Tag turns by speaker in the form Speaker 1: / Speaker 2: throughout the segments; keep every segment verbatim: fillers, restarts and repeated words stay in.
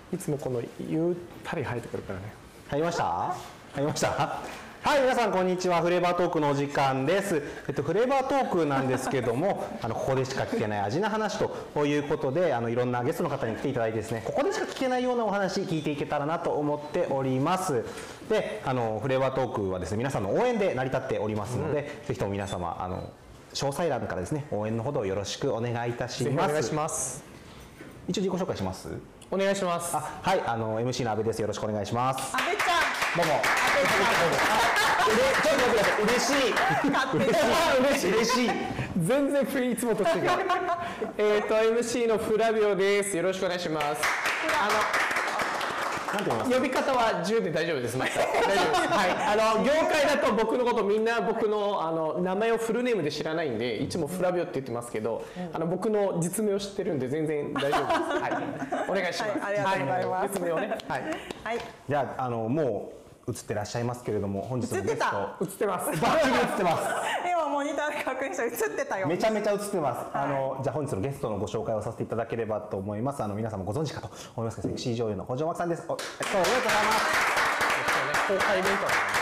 Speaker 1: いつもこのゆったり入ってくるからね。
Speaker 2: 入りました入りましたはい、皆さんこんにちは。フレーバートークのお時間です。えっと、フレーバートークなんですけども、あのここでしか聞けない味な話ということで、あのいろんなゲストの方に来ていただいてですね、ここでしか聞けないようなお話聞いていけたらなと思っております。で、あのフレーバートークはですね、皆さんの応援で成り立っておりますので、うん、ぜひとも皆様あの詳細欄からですね、応援のほどよろしくお願いいたします。
Speaker 1: お願いします。
Speaker 2: 一応自己紹介します。
Speaker 1: お願いします。
Speaker 2: あ、はい、あの エムシー の阿部です。よろしくお願いします。
Speaker 3: 阿部ちゃん。
Speaker 2: どうも。
Speaker 3: 阿部ちゃん。
Speaker 2: ちょっと待ってください。嬉しい。嬉しい。嬉しい。
Speaker 1: 全然いつもと違う。えっと エムシー のフラビオです。よろしくお願いします。あの。呼び方は自由で大丈夫です。また大丈夫です。はい。あの業界だと僕のことみんな僕のあの名前をフルネームで知らないんで、いつもフラビオって言ってますけど、あの僕の実名を知ってるんで全然大丈夫です。はい。お願いします。
Speaker 3: ありがとうございます。
Speaker 1: 実名をね。はい。
Speaker 3: はい。
Speaker 2: じゃああのもう映ってらっしゃいますけれども、本日のゲスト
Speaker 1: 映ってます。
Speaker 2: バッチリ映ってます。
Speaker 3: 今モニターで確認したら映ってたよ。
Speaker 2: めちゃめちゃ映ってます。はい、あのじゃあ本日のゲストのご紹介をさせていただければと思います。あの皆様ご存知かと思いますけど、セクシー女優の北条真希さんです。お、ありがとうございます。
Speaker 1: 公開イベン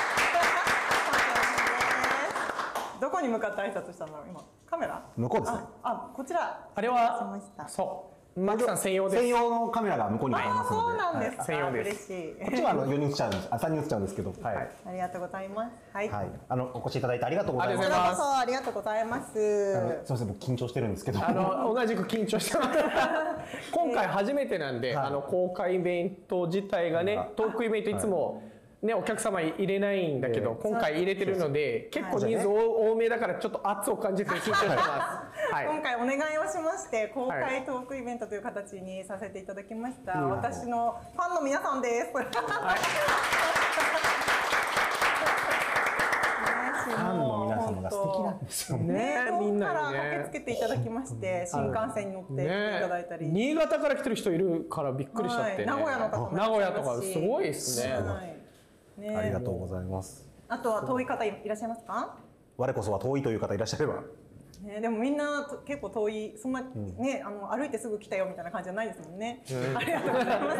Speaker 3: ト。どこに向かって挨拶したの今？カメラ？
Speaker 2: 向こうですね。
Speaker 3: あ、あこちら。
Speaker 1: あれはそう。マキさん専用です。
Speaker 2: 専用のカメラが向こうにありますので。
Speaker 3: そうなんです。
Speaker 1: 専用です。
Speaker 3: 嬉しい。
Speaker 2: こっちはあのよにん映っちゃうんです。あ、さんにん映っちゃうんですけど。はい。
Speaker 3: ありがとうございます。はい。
Speaker 2: はい。あのお越しいただいてありがとうございます。
Speaker 3: こちらこそありがとうございます。
Speaker 2: すみません、僕緊張してるんですけど。
Speaker 1: あの同じく緊張してます。今回初めてなんで、あの公開イベント自体がね、トークイベントいつも。ね、お客様入れないんだけど、今回入れてるので結構人数多めだからちょっフ圧を感じて緊張してます。
Speaker 3: はい、今回お願いをしまして公開トークイベントという形にさせていただきました、はい、私のファンの皆さんです。はい、
Speaker 2: ファンの皆様が素敵なんですよね。
Speaker 3: 遠くから駆けつけていただきまして、新幹線に乗っていただいたり、
Speaker 1: 新潟から来てる人いるからびっくりしちゃってね。
Speaker 3: 名古屋の方も
Speaker 1: 名古屋とかすごいですね。
Speaker 2: ね、ありがとうございます。
Speaker 3: あとは遠い方いらっしゃいますか？
Speaker 2: 我こそは遠いという方いらっしゃれば。
Speaker 3: ね、でもみんな結構遠い、そんなね、あの歩いてすぐ来たよみたいな感じじゃないですもんね。ありがとうございます。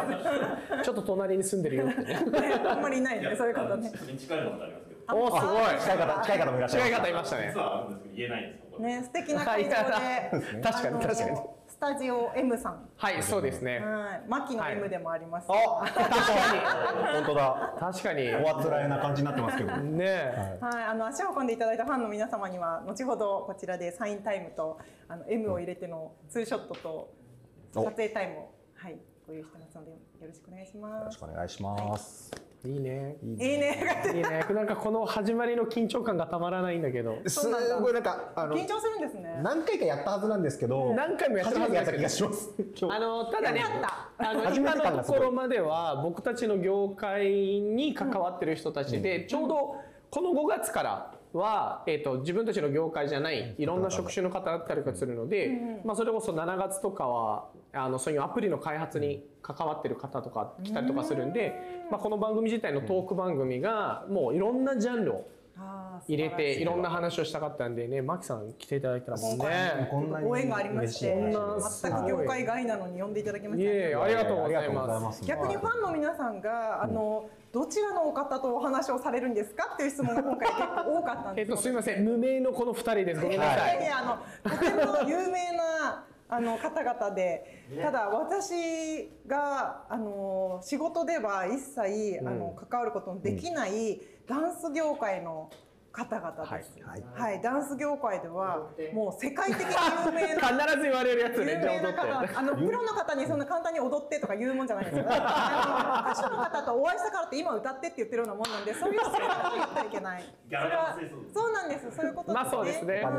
Speaker 1: ちょっと隣に住んでるよってね。
Speaker 3: あんまりいないね、そういう方ね。
Speaker 4: 近いの方ありますけど。
Speaker 1: おお、すごい。
Speaker 2: 近い方、近い方もいらっしゃいました。
Speaker 1: 近い方いましたね。
Speaker 4: 実はあるんですけど言えないんですよ。
Speaker 3: ね、素敵な会場で。
Speaker 1: 確かに確かに。
Speaker 3: スタジオ エム さん。
Speaker 1: はい、そうですね。
Speaker 3: はい、マキの エム でもあります。
Speaker 2: あ、確かに。本当だ。
Speaker 1: 確かに。
Speaker 2: おあつらえな感じになってますけど。
Speaker 1: ね。
Speaker 3: はい、あの足を運んでいただいたファンの皆様には後ほどこちらでサインタイムとあの エム を入れてのツーショットと撮影タイムをはいご用意してますのでよろしくお願いします。
Speaker 2: よろしくお願いします。
Speaker 1: いいね。
Speaker 3: いいね。
Speaker 1: いいね。なんかこの始まりの緊張感がたまらないんだけど。
Speaker 2: すごいなんかあの
Speaker 3: 緊張するんですね。
Speaker 2: 何回かやったはずなんですけど、
Speaker 1: 何回もやったはず
Speaker 2: やった気がします。
Speaker 1: あのただね、あの今のところまでは僕たちの業界に関わってる人たちでちょうどこのごがつからは、えー、と自分たちの業界じゃないいろんな職種の方だったりするので、うんまあ、それこそしちがつとかはあのそういうアプリの開発に関わってる方とか来たりとかするんで、まあ、この番組自体のトーク番組がもういろんなジャンルを入れていろんな話をしたかったんでね、マキさん来ていただいたらもうね
Speaker 3: ご縁がありまして全く業界外なのに呼んでいただきました。
Speaker 1: いえありがとうございます。
Speaker 3: 逆にファンの皆さんがあのどちらのお方とお話をされるんですかっていう質問が今回結構多かったんです。
Speaker 1: えっとすみません、無名のこのふたりです。ごめんなさい。
Speaker 3: あのとても有名なあの方々で、ただ私があの仕事では一切、うん、あの関わることのできない、うん、ダンス業界の方々です。はい、はいはい、ダンス業界ではもう世界的に有名な
Speaker 1: 必ず言われるやつね。
Speaker 3: 有名な方、あのプロの方にそんな簡単に踊ってとか言うもんじゃないですよ。あの歌手の方とお会いしたからって今歌ってって言ってるようなもんなんで、そういう失礼なこと言ってはいけない。それはそうなんです。そういうことですね。
Speaker 1: まあそうですね。はい。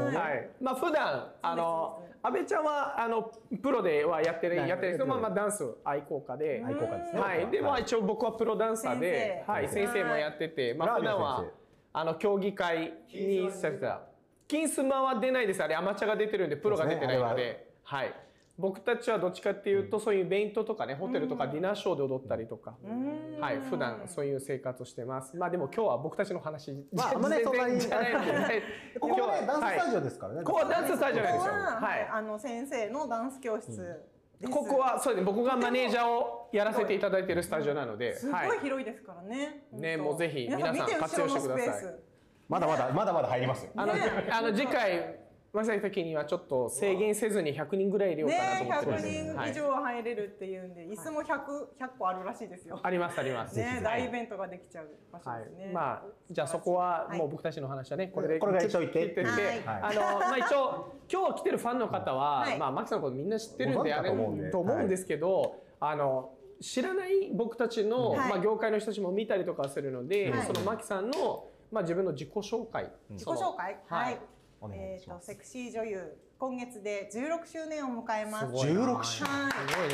Speaker 1: まあ普段あの阿部ちゃんはあのプロではやってるやってる人もまあダンス愛好家で、
Speaker 2: 愛好家ですね。
Speaker 1: はい。でも一応僕はプロダンサーで、はい先生もやってて、まあ普段はあの競技会にされた金スマは出ないです。あれアマチュアが出てるんでプロが出てないので、はい。僕たちはどっちかっていうとそういうイベントとかね、ホテルとかディナーショーで踊ったりとか、はい普段そういう生活をしてます。まあでも今日は僕たちの話
Speaker 2: まああんまねそんなに
Speaker 1: じゃないので、
Speaker 2: ここはねダンススタジオですからね。
Speaker 1: ここはダンススタジオなんですよ。
Speaker 3: はい。あの先生のダンス教室
Speaker 1: ここはそうです。僕がマネージャーをやらせていただいているスタジオなので、
Speaker 3: すごい広いですからね。
Speaker 1: ね、もうぜひ皆さん
Speaker 3: 見て
Speaker 1: 活用してください。
Speaker 3: 後ろのスペース
Speaker 2: まだまだまだまだ入りますよ。
Speaker 1: あの、あの次回マサイ時にはちょっと制限せずにひゃくにんぐらい入れようかなと思ってます。
Speaker 3: ね、ひゃくにん以上は入れるっていうんで、椅子もひゃく、ひゃっこあるらしいですよ。
Speaker 1: ありますあります。
Speaker 3: ね、大イベントができちゃう場所ですね。
Speaker 1: はい、まあじゃあそこはもう僕たちの話はね、これで
Speaker 2: これぐらいしといて。
Speaker 1: てあのまあ一応今日来てるファンの方は、
Speaker 3: はい、
Speaker 1: まあマキさんのことみんな知ってるんであれと思うんですけど、あの知らない僕たちの、はい、まあ業界の人たちも見たりとかするので、はい、そのマキさんのまあ自分の自己紹介、
Speaker 3: 自己紹介、はい。
Speaker 2: はい、
Speaker 3: えっとセクシー女優、今月でじゅうろくしゅうねんを迎えます。
Speaker 2: じゅうろくしゅうねん。
Speaker 3: はい。
Speaker 2: すごいね。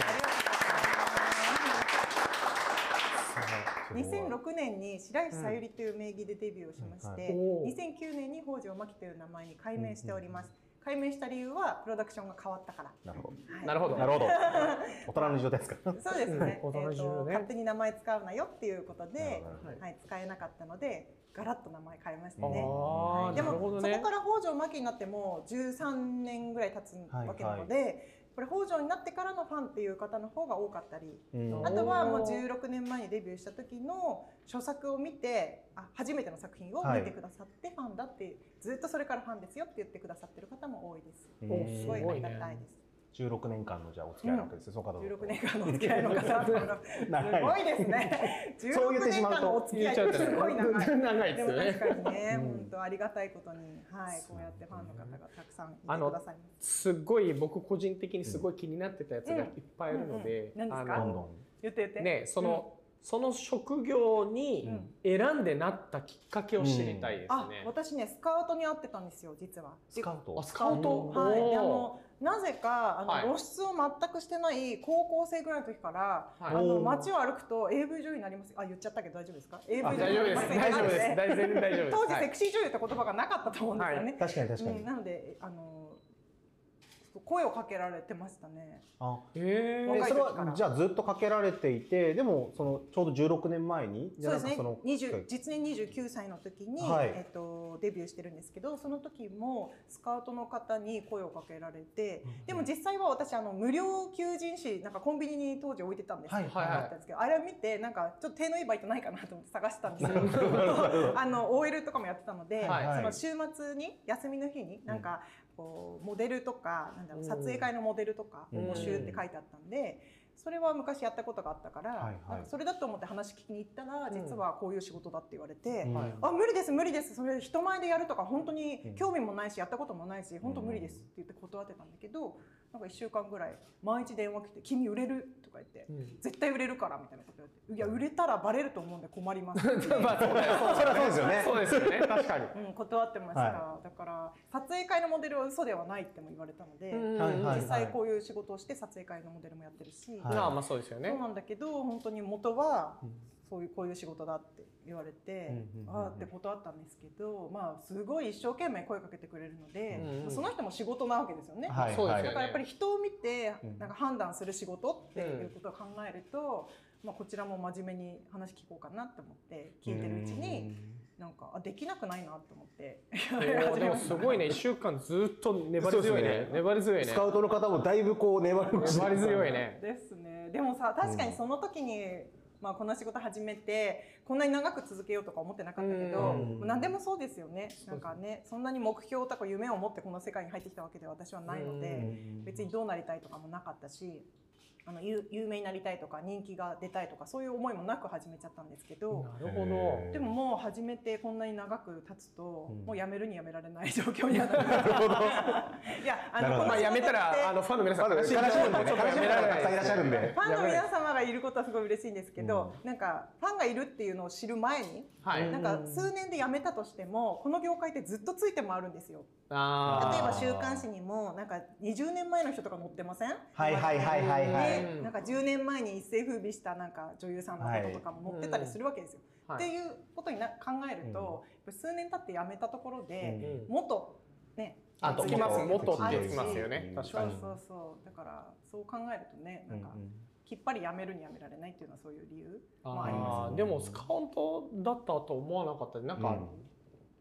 Speaker 3: にせんろくねんに白石さゆりという名義でデビューをしまして、うん、にせんきゅうねんに北条真希という名前に改名しております。うんうん、改名した理由はプロダクションが変わったから。
Speaker 2: なるほど。
Speaker 3: はい、
Speaker 1: なるほど。
Speaker 2: なるほど。大人の事情ですか。
Speaker 3: そうですね。
Speaker 1: 大人の事情ね。
Speaker 3: 勝手に名前使うなよっていうことで、はい、使えなかったので。ガラッと名前変えましたね。はい、でも、ね、そこから北条真希になってもじゅうさんねんぐらい経つわけなので、はいはい、これ北条になってからのファンっていう方の方が多かったり、あとはもうじゅうろくねんまえにデビューした時の初作を見て、あ、初めての作品を見てくださってファンだって、ずっとそれからファンですよって言ってくださってる方も多いです。すごいありがたいです。
Speaker 2: じゅうろくねんかんのじゃあお付き合いなわけですよ。そうかどうか。
Speaker 3: じゅうろくねんかんのお付き合いの方、すごいですね。じゅうろくねんかんのお付き合いってすごい長い。
Speaker 1: 長いですよね。
Speaker 3: でも確かにね、本当ありがたいことに、はい、こうやってファンの方がたくさんいてくださいます。
Speaker 1: すごい僕個人的にすごい気になってたやつがいっぱいあるので、
Speaker 3: 何ですか？言って言って。
Speaker 1: ね、その。その職業に選んでなったきっかけを知りたいですね。
Speaker 3: あ、私ねスカウトに会ってたんですよ実は。
Speaker 2: スカウト。
Speaker 1: スカウト。
Speaker 3: はい。であのなぜかあの露出を全くしてない高校生ぐらいの時からあの街を歩くと エーブイ 女優になります。あ、言っちゃったけど大丈夫ですか？ エーブイ 女優になります。
Speaker 1: 大丈夫です。大丈夫です。大丈夫です。
Speaker 3: 当時セクシー女優って言葉がなかったと思うんですよね。
Speaker 2: 確かに確かに。
Speaker 3: なのであの声をかけられてましたね。
Speaker 2: あ、へえ。それはじゃあずっとかけられていて、でもそのちょうどじゅうろくねんまえに、
Speaker 3: そうですね。二十実年にじゅうきゅうさいの時に、はい、えっとデビューしてるんですけど、その時もスカウトの方に声をかけられて、うん、でも実際は私あの無料求人誌なんかコンビニに当時置いてたんですけど、はいはい、あれを見てなんかちょっと手のいいバイトないかなと思って探してたんですけど、あの オーエル とかもやってたので、はいはい、その週末に休みの日になんか、うんこうモデルとかなんだろう撮影会のモデルとか募集って書いてあったんで、それは昔やったことがあったから、はいはい、なんかそれだと思って話聞きに行ったら、実はこういう仕事だって言われて、うん、あ無理です無理ですそれ人前でやるとか本当に興味もないしやったこともないし本当無理ですって言って断ってたんだけど、なんかいっしゅうかんぐらい毎日電話来て「君売れる?」とか言って、うん、絶対売れるからみたいなこと言われて「いや売れたらバレると思うんで困ります」
Speaker 2: まあそうですよね。
Speaker 1: そうですよね。確かに、
Speaker 3: うん、断ってました、はい、だから撮影会のモデルは嘘ではないっても言われたので、実際こういう仕事をして撮影会のモデルもやってるし、
Speaker 1: はい、まあそうですよね。
Speaker 3: そうなんだけど本当に元はそういうこういう仕事だって言われて、ああって断ったんですけど、まあすごい一生懸命声かけてくれるので、うん、その人も仕事なわけですよね。はい、だからやっぱり人を見てなんか判断する仕事っていうことを考えると、まあこちらも真面目に話聞こうかなって思って聞いてるうちに。なんかあできなくないなと思って。
Speaker 1: でもすごいね、いっしゅうかんずっと粘り強いね。粘り強いね。
Speaker 2: スカウトの方もだいぶこう粘り
Speaker 1: 強いね。
Speaker 3: ですね。でもさ確かにその時に、まあこの仕事始めてこんなに長く続けようとか思ってなかったけど、何でもそうですよね。なんかねそんなに目標とか夢を持ってこの世界に入ってきたわけでは私はないので、別にどうなりたいとかもなかったし。あの有名になりたいとか人気が出たいとかそういう思いもなく始めちゃったんですけど、
Speaker 1: なるほど。
Speaker 3: でももう始めてこんなに長く経つと、うん、もうやめるにやめられない状況にはなる。いやあの
Speaker 1: まあやめたらあのファンの皆さん悲しいのでやめられないいらっしゃるんで、
Speaker 3: ファンの皆様がいることはすごい嬉しいんですけど、うん、なんかファンがいるっていうのを知る前に、はい、なんか数年で辞めたとしてもこの業界ってずっとついて回るんですよ。あ例えば週刊誌にもなんかにじゅうねんまえの人とか載ってません？
Speaker 2: はいはいはいはいはい。
Speaker 3: なんかじゅうねんまえに一世風靡したなんか女優さんのこととかも載ってたりするわけですよ。はい、っていうことにな考えると、うん、数年経って辞めたところで、うん、元ね
Speaker 1: あとつきます元ってつきますよね。確かに。
Speaker 3: そうそうそうだからそう考えるとねなんか。うんうんきっぱりやめるにやめられないっていうのはそういう理由もあります、ね、
Speaker 1: でもスカウトだったと思わなかったなんか、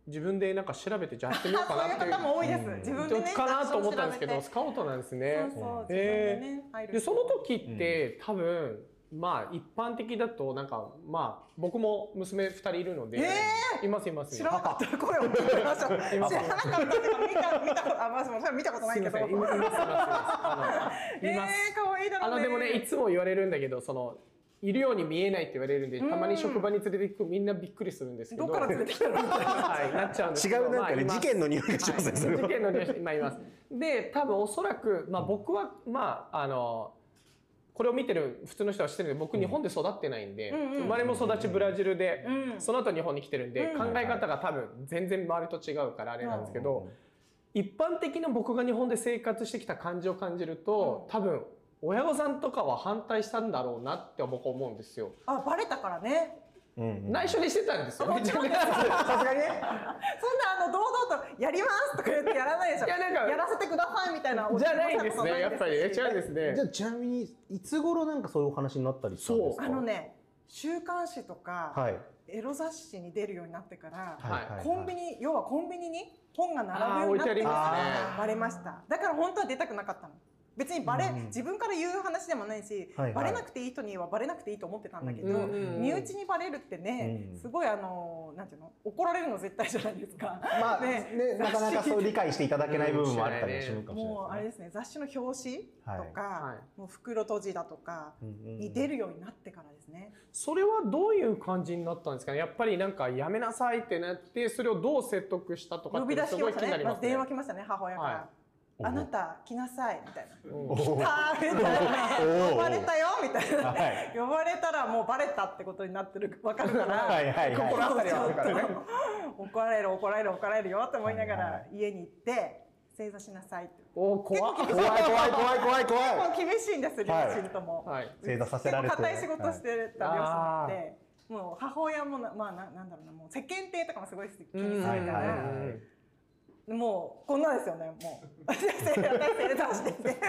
Speaker 1: 自分でなんか調べてじゃあやってみようかなっていう
Speaker 3: そういう方も多いです。自分でね。
Speaker 1: かなと思ったんですけどスカウトなんですね。
Speaker 3: そうそう。
Speaker 1: えー、でその時って多分まあ一般的だとなんかまあ僕も娘ふたりいるので、
Speaker 3: えー、
Speaker 1: いますいます。
Speaker 3: 知らなかった声を聞いてました。知らなかったっていうか見た見たことあまあそれ見たことないけど。いますいますいます。
Speaker 1: います。
Speaker 3: えー、可愛いだろうね。
Speaker 1: あのでもねいつも言われるんだけどその。いるように見えないって言われるんで、たまに職場に連れて行くみんなびっくりするんですけど。
Speaker 3: どっから連れてきたのみたいな。
Speaker 1: はい、なっちゃうんですけど。
Speaker 2: 違うなんかね、
Speaker 1: まあ、
Speaker 2: 事件の匂いがしますね。
Speaker 1: はい、事件の匂いが今います。で、多分おそらく、まあ僕は、まあ、あの、これを見てる普通の人は知ってるんで、僕日本で育ってないんで、うん、生まれも育ちブラジルで、うん、その後日本に来てるんで、うん、考え方が多分全然周りと違うからあれなんですけど、うん、一般的な僕が日本で生活してきた感じを感じると、多分、親御さんとかは反対したんだろうなって僕は思うんですよ。
Speaker 3: あ、バレたからね。
Speaker 1: うんうん、内緒にしてたんですよ。
Speaker 3: もちろんです。さすがにね。そんなあの堂々とやりますとか言ってやらないでしょ。いやなんかやらせてくださいみたいな。
Speaker 1: じゃないんですね。やっぱり違うんですね。
Speaker 2: じゃあちなみにいつ頃なんかそういうお話になったりしたんですか。
Speaker 3: あのね、週刊誌とか、はい、エロ雑誌に出るようになってから、はい、コンビニ要はコンビニに本が並ぶようになってからバレました。だから本当は出たくなかったの。別にバレ、うん、自分から言う話でもないし、はいはい、バレなくていい人にはバレなくていいと思ってたんだけど、うん、身内にバレるってね、うん、すごいあのなんていうの怒られるの絶対じゃないですか。
Speaker 2: まあね、ねなかなかそう理解していただけない部分もあったりするかもしれないですね。
Speaker 3: もうあれですね、雑誌の表紙とか、はい、もう袋閉じだとかに出るようになってからですね。
Speaker 1: それはどういう感じになったんですかね。やっぱりなんかやめなさいってなってそれをどう説得したとかってすごい気になりますね。
Speaker 3: まず電話来ましたね、母親から。はい、あなた来なさいみたいな。来たみたいな。呼ばれたよみたいな。呼ばれたらもうバレたってことになってるわかるから。心当たりはあるからね。怒られる怒られる怒られるよって思いながら家に行って正座しなさいって。
Speaker 1: お怖い
Speaker 2: 怖い怖い怖い怖い怖い。
Speaker 3: 結構厳しいんです両親とも。
Speaker 2: 正座させられて。
Speaker 3: 硬い仕事してた両親ってもう母親もまあなんだろうなもう世間体とかもすごい気にするから。もうこんなですよねもう私正座してて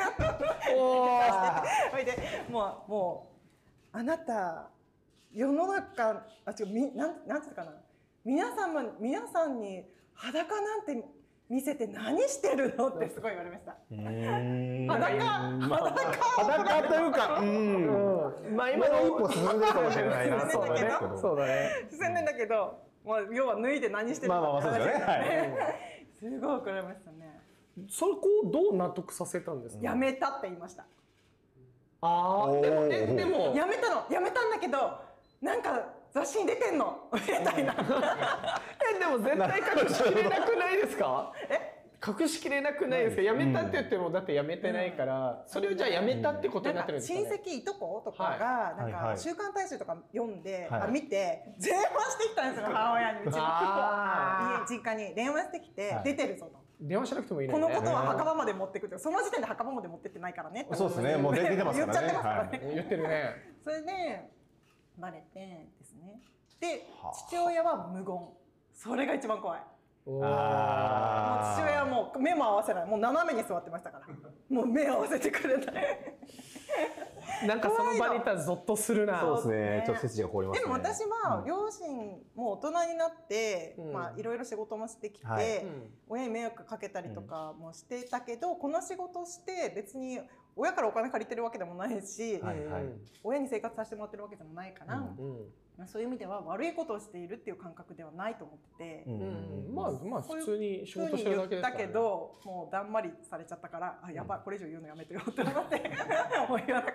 Speaker 3: おいでもうもうあなた世の中あ違うみなんなんていうかな皆さんも皆さんに裸なんて見せて何してるのってすごい言われました。裸
Speaker 2: 裸というかうんまあ今の一歩進んでるかもしれないな
Speaker 3: そうだねそうだね進んでんだけどもう要は脱いで何してるの
Speaker 2: まあまあそうですよね。
Speaker 3: すごい怒られましたね。
Speaker 1: そこをどう納得させたんですか。
Speaker 3: やめたって言いました。
Speaker 1: ああ、でもえでも
Speaker 3: やめたのやめたんだけどなんか雑誌に出てんのみたいな。
Speaker 1: えでも絶対隠しきれなくないですか。え隠しきれなくないですか。やめたって言ってもだってやめてないから、それをじゃあやめたってことになってるんですかね。
Speaker 3: 親戚いとことかがなんか週刊大衆とか読んで見て電話してきたんですよ母親にうちの家実家に電話してきて出てるぞと。
Speaker 1: 電話しなくてもいいね。
Speaker 3: このことは墓場まで持ってくってその時点で墓場まで持ってってないからね。
Speaker 2: そうですねもう出てますからね。
Speaker 3: 言っちゃってますからね。
Speaker 1: 言ってるね。
Speaker 3: それでバレてですね。で父親は無言。それが一番怖い。あもう父親はもう目も合わせないもう斜めに座ってましたからもう目合わせてくれない
Speaker 1: なんかその場にいたらゾッとするな。
Speaker 2: そうですねちょっと背筋が凍りますね。
Speaker 3: でも私は両親も大人になってまあいろいろ仕事もしてきて、はい、親に迷惑かけたりとかもしてたけど、うん、この仕事して別に親からお金借りてるわけでもないし、はいはい、親に生活させてもらってるわけでもないから、うんうん、そういう意味では悪いことをしているっていう感覚ではないと思ってて、うん
Speaker 1: うん、まあまあ普通に仕事してるだけですからね。
Speaker 3: だけどもうだんまりされちゃったからあやばいこれ以上言うのやめてよって思ってもう言わなかった。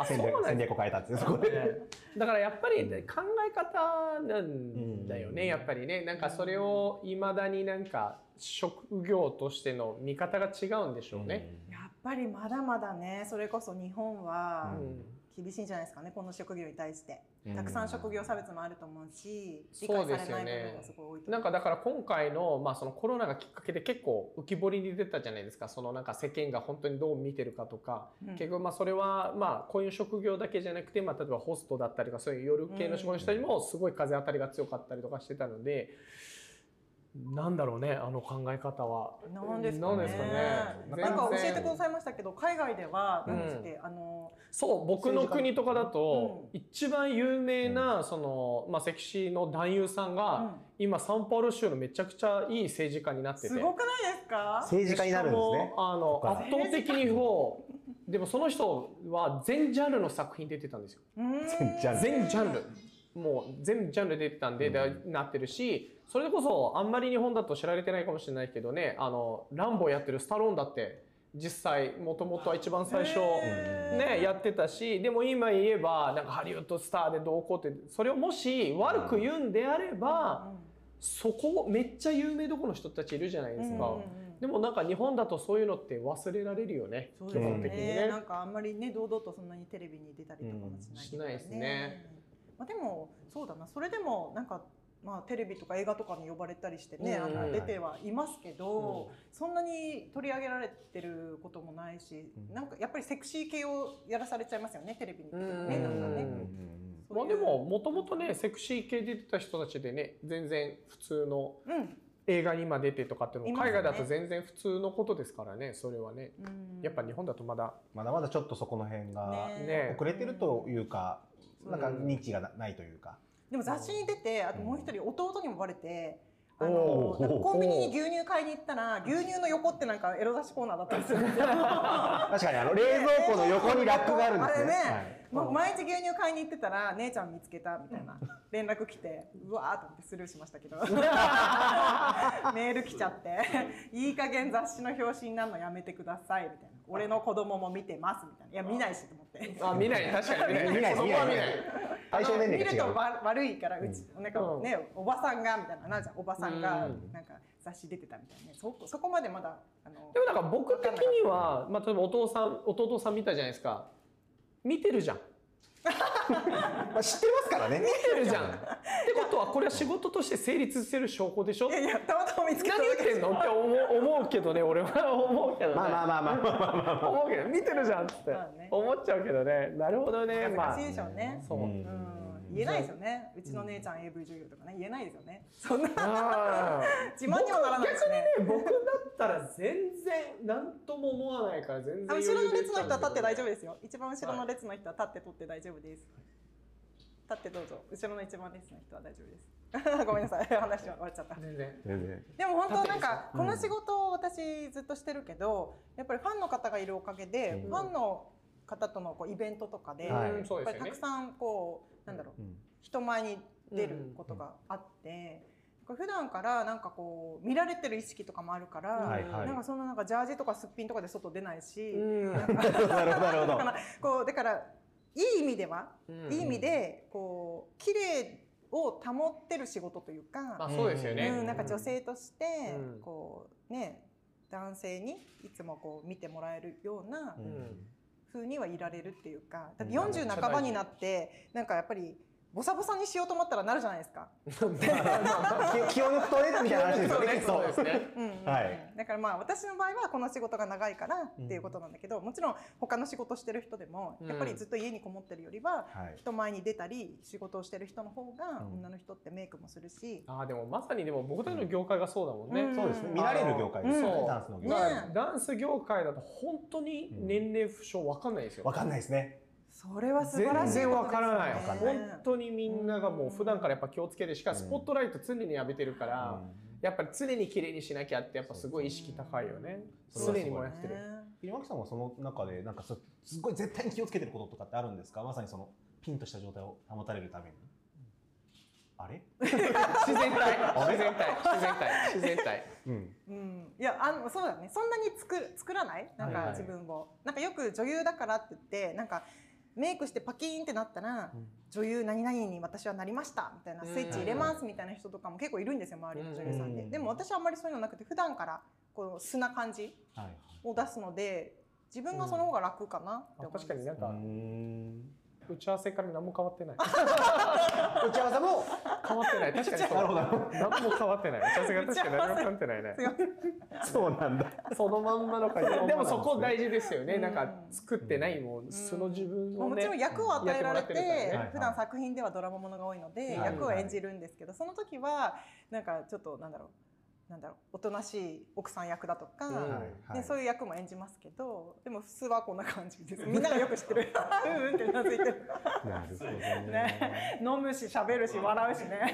Speaker 2: あ戦略戦略を変えたってそこで。
Speaker 1: だからやっぱり考え方なんだよね、やっぱりね。なんかそれをいまだになんか職業としての見方が違うんでしょうね。
Speaker 3: やっぱりまだまだねそれこそ日本は厳しいんじゃないですかねこの職業に対して。たくさん職業差別もあると思うし理解されない部分がすごい多いと思う。
Speaker 1: なんかだから今回の、まあ、そのコロナがきっかけで結構浮き彫りに出たじゃないですか。そのなんか世間が本当にどう見てるかとか、うん、結局まあそれはまあこういう職業だけじゃなくて、まあ、例えばホストだったりとかそういう夜系の仕事の人にもすごい風当たりが強かったりとかしてたので、 なんだろうね、あの考え方は。
Speaker 3: なんですかね。
Speaker 1: なんですかね。
Speaker 3: なんか教えてくださいましたけど、海外では何ですっけ、あの
Speaker 1: そう僕の国とかだと、一番有名なそのまあセクシーの男優さんが今サンパウロ州のめちゃくちゃいい政治家になってて。
Speaker 3: すごくないですか？
Speaker 2: 政治家になるんですね。
Speaker 1: あの圧倒的にこうでもその人は全ジャンルの作品出てたんですよ。
Speaker 2: 全ジャンル。
Speaker 1: 全ジャンル。もう全ジャンル出てたんで、うん、なってるし、それこそあんまり日本だと知られてないかもしれないけどね、あのランボーやってるスタローンだって実際もともとは一番最初ねやってたし、でも今言えばなんかハリウッドスターでどうこうって、それをもし悪く言うんであれば、うん、そこめっちゃ有名どころの人たちいるじゃないですか。うんうんうん、でもなんか日本だとそういうのって忘れられるよね。
Speaker 3: そうですね。基本的にね。なんかあんまりね堂々とそんなにテレビに出たりとかもしない、ね、
Speaker 1: しないですね。
Speaker 3: まあ、でもそうだな、それでもなんか、まあ、テレビとか映画とかに呼ばれたりしてね、あの出てはいますけど、うん、そんなに取り上げられてることもないし、うん、なんかやっぱりセクシー系をやらされちゃいますよね、テレビに、ね、なんかね。
Speaker 1: まあでももともとねセクシー系出てた人たちでね全然普通の映画に今出てとかっていうのも海外だと全然普通のことですからね、それはね。やっぱ日本だとまだ
Speaker 2: まだまだちょっとそこの辺が遅れてるというか、なんか認知がないというか。
Speaker 3: でも雑誌に出て、あともう一人弟にもバレて、あのなんかコンビニに牛乳買いに行ったら牛乳の横ってなんかエロ雑誌コーナーだったりするんですよ。確
Speaker 2: かにあの冷蔵庫の横にラックがあるんですね。
Speaker 3: あれね、毎日牛乳買いに行ってたら姉ちゃん見つけたみたいな連絡来て、うわーと思ってスルーしましたけどメール来ちゃっていい加減雑誌の表紙になるのやめてくださいみたいな、俺の子供も見てますみたいな、いや見ないしと思って。
Speaker 1: あ見ない、確かに見ない
Speaker 2: 見ない見ない
Speaker 3: 対象年齢が違う。見ると悪いから、うちなんかねおばさんがみたいな、なんじゃおばさんがなんか雑誌出てたみたいなね、そそこまでまだあの。
Speaker 1: でもなんか僕的には、まあ例えばお父さん弟さん見たじゃないですか。見てるじゃん。
Speaker 2: まあ知ってますからね。
Speaker 1: 見てるじゃん。ってことはこれは仕事として成立してる証拠でしょ。
Speaker 3: いやいやたまたま見つけた。
Speaker 1: 何言ってんのって思う思うけどね、俺は思うけどね。
Speaker 2: まあまあまあまあまあまあまあ。
Speaker 1: 思うけど見てるじゃんって思っちゃうけどね。なるほどね。
Speaker 3: まあ難しいでしょうね。
Speaker 1: そう。
Speaker 3: 言えないですよね。うちの姉ちゃん エーブイ 女優とかね言えないですよね。そんな自慢にもならないですね。
Speaker 1: 逆にね僕だったら全然何とも思わないから全然。
Speaker 3: 後ろの列の人は立って大丈夫ですよ。一番後ろの列の人は立って取って大丈夫です。立ってどうぞ。後ろの一番列の人は大丈夫です。ごめんなさい話は終わっちゃった。
Speaker 1: 全然。
Speaker 3: でも本当なんかこの仕事を私ずっとしてるけど、やっぱりファンの方がいるおかげで、ファンの方とのこうイベントとかで、やっぱりたくさんこうなんだろう、人前に出ることがあって、普段からなんかこう見られてる意識とかもあるから、なんかそのなんかジャージとかすっぴんとかで外出ないし、なるほどなるほど。こうだからいい意味では、いい意味でこう綺麗を保ってる仕事というか、
Speaker 1: まあそうですよね。
Speaker 3: なんか女性としてこうね男性にいつもこう見てもらえるような風にはいられるっていうか、だってよんじゅう半ばになってなんかやっぱりボサボサにしようと思ったらなるじゃないですか。
Speaker 2: 気を抜くとねみたいな話ですよね。
Speaker 1: そうですね。
Speaker 3: だからまあ私の場合はこの仕事が長いからっていうことなんだけど、もちろん他の仕事してる人でもやっぱりずっと家にこもってるよりは人前に出たり仕事をしてる人の方が女の人ってメイクもするし。
Speaker 1: ああでもまさにでも僕たちの業界がそうだもんね。
Speaker 2: そうですね。見られる業界ですよね。ダンスの業界。
Speaker 1: ダンス業界だと本当に年齢不詳わかんないですよ。
Speaker 2: わかんないですね。
Speaker 3: それは素晴らしいことですね。
Speaker 1: 全然わからない。本当にみんながもう普段からやっぱ気をつけて、しかもスポットライト常に浴びてるから、やっぱり常に綺麗にしなきゃってやっぱすごい意識高いよね。常にもやってる。
Speaker 2: 入牧さんはその中でなんかすごい絶対に気をつけてることとかってあるんですか？まさにそのピンとした状態を保たれるために。あれ？
Speaker 1: 自然体、自然体、自然体、自然体。
Speaker 3: うん。いやあのそうだね。そんなに作作らない？なんか自分を。なんかよく女優だからって言ってなんか。メイクしてパキーンってなったら、うん、女優何々に私はなりましたみたいなスイッチ入れますみたいな人とかも結構いるんですよ周りの女優さんで。でも私はあんまりそういうのなくて普段からこう素な感じを出すので自分がその方が楽かなって思います。
Speaker 1: 確かになんか打ち合わせから何も変わってない。
Speaker 2: 打ち合わせも
Speaker 1: 変わってない。確かにそう。なるほど。何も変わってない。打ち合わせが確かに何も変わってないね。
Speaker 2: そうなんだ。
Speaker 1: そのまんまの感じ。でもそこ大事ですよね。なんか作ってないもん素の自分をね。
Speaker 3: もちろん役を与えられて、普段作品ではドラマものが多いので役を演じるんですけど、その時はなんかちょっとなんだろう。 なんだろうおとなしい奥さん役だとか、
Speaker 2: はい
Speaker 3: でそういう役も演じますけど、でも普通はこんな感じです。みんながよく知ってるうんうんってうなずいてる
Speaker 2: なるほどね。
Speaker 3: ね、飲むし喋るし笑うしね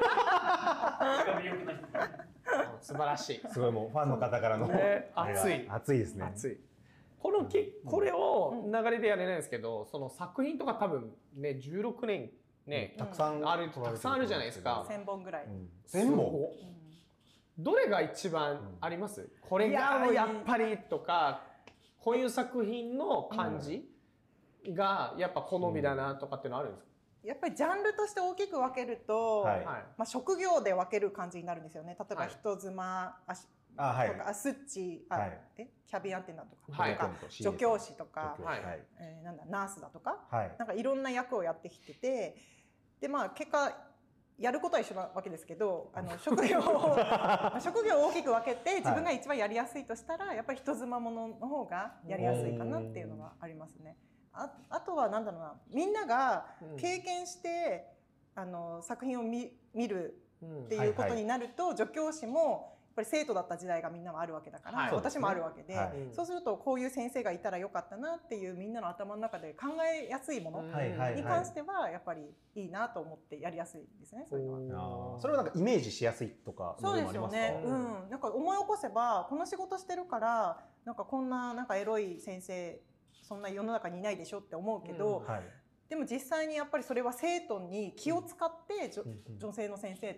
Speaker 1: 素晴らしい。
Speaker 2: すごいもうファンの方からの、
Speaker 1: ね、
Speaker 2: あれが
Speaker 1: 熱い
Speaker 2: 熱いですね。
Speaker 1: 熱い。このけこれを流れでやれないんですけど、その作品とか多分ねじゅうろくねんね、
Speaker 2: たくさん
Speaker 1: あるたくさんあるじゃないですか。
Speaker 3: せんぼんぐらい、
Speaker 2: せんぼん。
Speaker 1: どれが一番あります？これがやっぱりとか、こういう作品の感じがやっぱ好みだなとかっていうのあるんですか？
Speaker 3: やっぱりジャンルとして大きく分けると、
Speaker 2: はい
Speaker 3: まあ、職業で分ける感じになるんですよね。例えば
Speaker 1: はい
Speaker 3: 人妻、あし
Speaker 2: あ、はい
Speaker 3: とかあスッチ、あ、
Speaker 2: はい
Speaker 3: えキャビンアンテナとか、
Speaker 1: はい
Speaker 3: とか助教師とか、
Speaker 1: はい
Speaker 3: えーなんだナースだとか、
Speaker 2: はい
Speaker 3: なんかいろんな役をやってきてて、でまあ結果やることは一緒なわけですけど、あの職業を職業を大きく分けて自分が一番やりやすいとしたら、やっぱり人妻ものの方がやりやすいかなっていうのがありますね。あ, あとはなんだろうな、みんなが経験して、うん、あの作品を 見, 見るっていうことになると、うんはいはい、助教師もやっぱり生徒だった時代がみんなもあるわけだから、はい、私もあるわけで、はい、そうするとこういう先生がいたらよかったなっていうみんなの頭の中で考えやすいものに関してはやっぱりいいなと思ってやりやすいですね。そういうのは。
Speaker 2: それはなんかイメージしやすいとか
Speaker 3: そうですよね。うん、なんか思い起こせばこの仕事してるからなんかこんななんかエロい先生そんな世の中にいないでしょって思うけど、うんはい、でも実際にやっぱりそれは生徒に気を使って、うん、女性の先生って、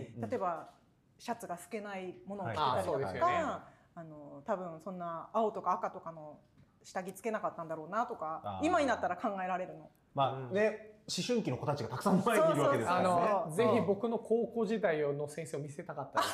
Speaker 3: うん、例えばシャツが透けないものを着てたりとか、はい、ああの多分そんな青とか赤とかの下着つけなかったんだろうなとか今になったら考えられるの。
Speaker 2: まあね、思春期の子たちがたくさん前にいるわけですからね。
Speaker 1: あのぜひ僕の高校時代の先生を見せたかったです。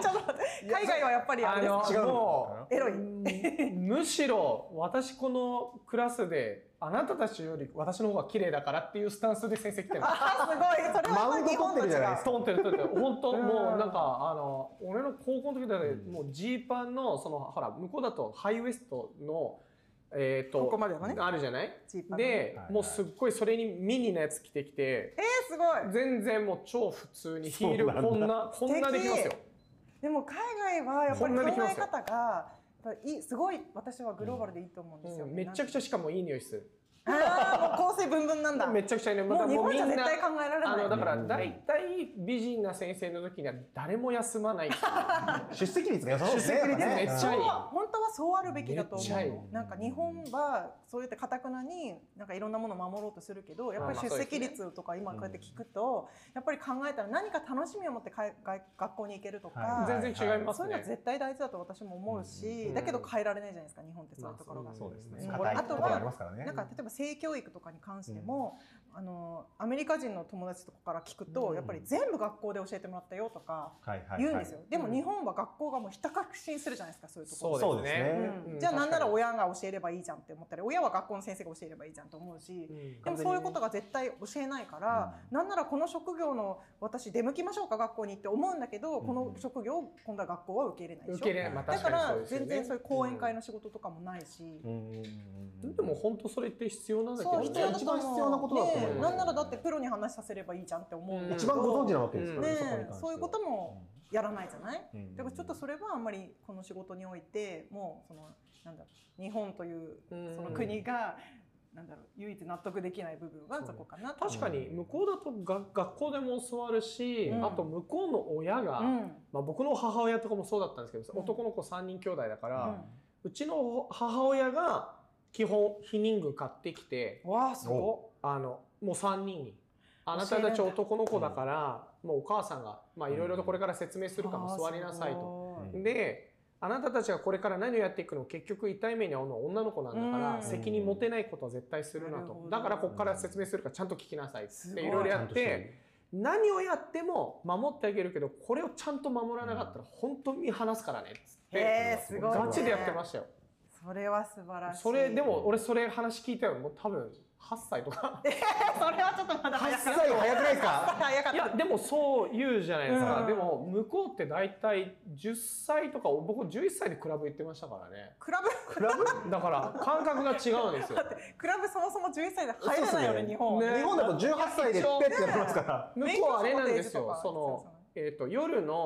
Speaker 3: ちょっと待って海外はやっぱりあれです
Speaker 1: 違うの
Speaker 3: エロい
Speaker 1: むしろ私このクラスであなたたちより私の方が綺麗だからっていうスタンスで先生来てます。
Speaker 3: あすごいそれは
Speaker 2: マウント取ってるじゃないですか。
Speaker 1: 取ってる取ってる本当もうなんかあの俺の高校の時だね、もうジーパンのそのほら向こうだとハイウエストのえー、と
Speaker 3: ここまではね
Speaker 1: あるじゃない
Speaker 3: ね
Speaker 1: で、
Speaker 2: はいはい、
Speaker 1: もうすっごいそれにミニなやつ着てきて、
Speaker 3: えー、すごい
Speaker 1: 全然もう超普通にヒールこんなこんなできますよ。
Speaker 3: でも海外はやっぱり考え方がいいすごい私はグローバルでいいと思うんですよ、ね
Speaker 1: うん、めちゃくちゃしかもいい匂いする。
Speaker 3: ああもう香水ブンブンなんだ。
Speaker 1: めちゃくちゃね。
Speaker 3: もう日本じゃ絶対考えられない。
Speaker 1: あのだから大体美人な先生の時には誰も休まない。
Speaker 2: 出席率が良さそうですね。
Speaker 1: 出席率めっちゃいい。
Speaker 3: 本当はそうあるべきだと思う。なんか日本はそうやって堅くなになんかいろんなものを守ろうとするけど、やっぱり出席率とか今こうやって聞くと、やっぱり考えたら何か楽しみを持って学校に行けるとか、
Speaker 1: 全然違いますね。
Speaker 3: そういうのは絶対大事だと私も思うし、だけど変えられないじゃないですか日本ってそういうところが。
Speaker 2: そうですね。
Speaker 3: あとはなんか例えば性教育とかに関しても、うん、あのアメリカ人の友達とかから聞くと、うん、やっぱり全部学校で教えてもらったよとか言うんですよ。でも日本は学校がもうひた隠しにするじゃないですか、そういうところ。
Speaker 2: そうですね。
Speaker 3: うん、じゃあなんなら親が教えればいいじゃんって思ったり、親は学校の先生が教えればいいじゃんと思うし、うん、でもそういうことが絶対教えないから、うん、なんならこの職業の私出向きましょうか学校にって思うんだけど、うん、この職業を今度は学校は受け入れないでしょ。
Speaker 1: 受け入れない。まあ、
Speaker 3: だから全然そういう講演会の仕事とかもないし。
Speaker 1: でも本当それって必要なんだけど、
Speaker 3: 一番
Speaker 2: 必要なことだと思う。
Speaker 3: なんならだってプロに話させればいいじゃんって思う。
Speaker 2: 一番ご存知なわけですから
Speaker 3: ね。そういうこともやらないじゃない。だからちょっとそれはあんまりこの仕事においてもうそのなんだろう日本というその国がなんだろう唯一納得できない部分はそこかな。
Speaker 1: 確かに向こうだとが学校でも教わるし、あと向こうの親が、まあ僕の母親とかもそうだったんですけど、男の子さんにん兄弟だから、うちの母親が基本避妊具買ってきて、
Speaker 3: わあすご
Speaker 1: い。あのもうさんにんにあなたたち男の子だから、もうお母さんがまあいろいろとこれから説明するから座りなさいと。で、あなたたちがこれから何をやっていくの結局痛い目に遭うのは女の子なんだから責任持てないことは絶対するなと。だからここから説明するからちゃんと聞きなさいっていろいろやって、何をやっても守ってあげるけどこれをちゃんと守らなかったら本当に見放すからねっつってガチでやってましたよ。
Speaker 3: それは素晴らしい。
Speaker 1: それでも俺それ話聞いたよ。もう多分はっさいとか。
Speaker 3: えー、それはちょっとまだ早かった。
Speaker 2: はっさい早くないですか？
Speaker 3: 早かった。
Speaker 1: いやでもそう言うじゃないですか。うん、でも向こうって大体じゅっさいとか僕じゅういっさいでクラブ行ってましたからね。
Speaker 3: クラブ？
Speaker 1: クラブ？だから感覚が違うんですよ。
Speaker 3: だってクラブそもそもじゅういっさいで入れないよね、日本。
Speaker 2: ね、日本だとじゅうはっさいでペッてやりますから。
Speaker 1: 向こうはあれなんですよ。そのえっと夜の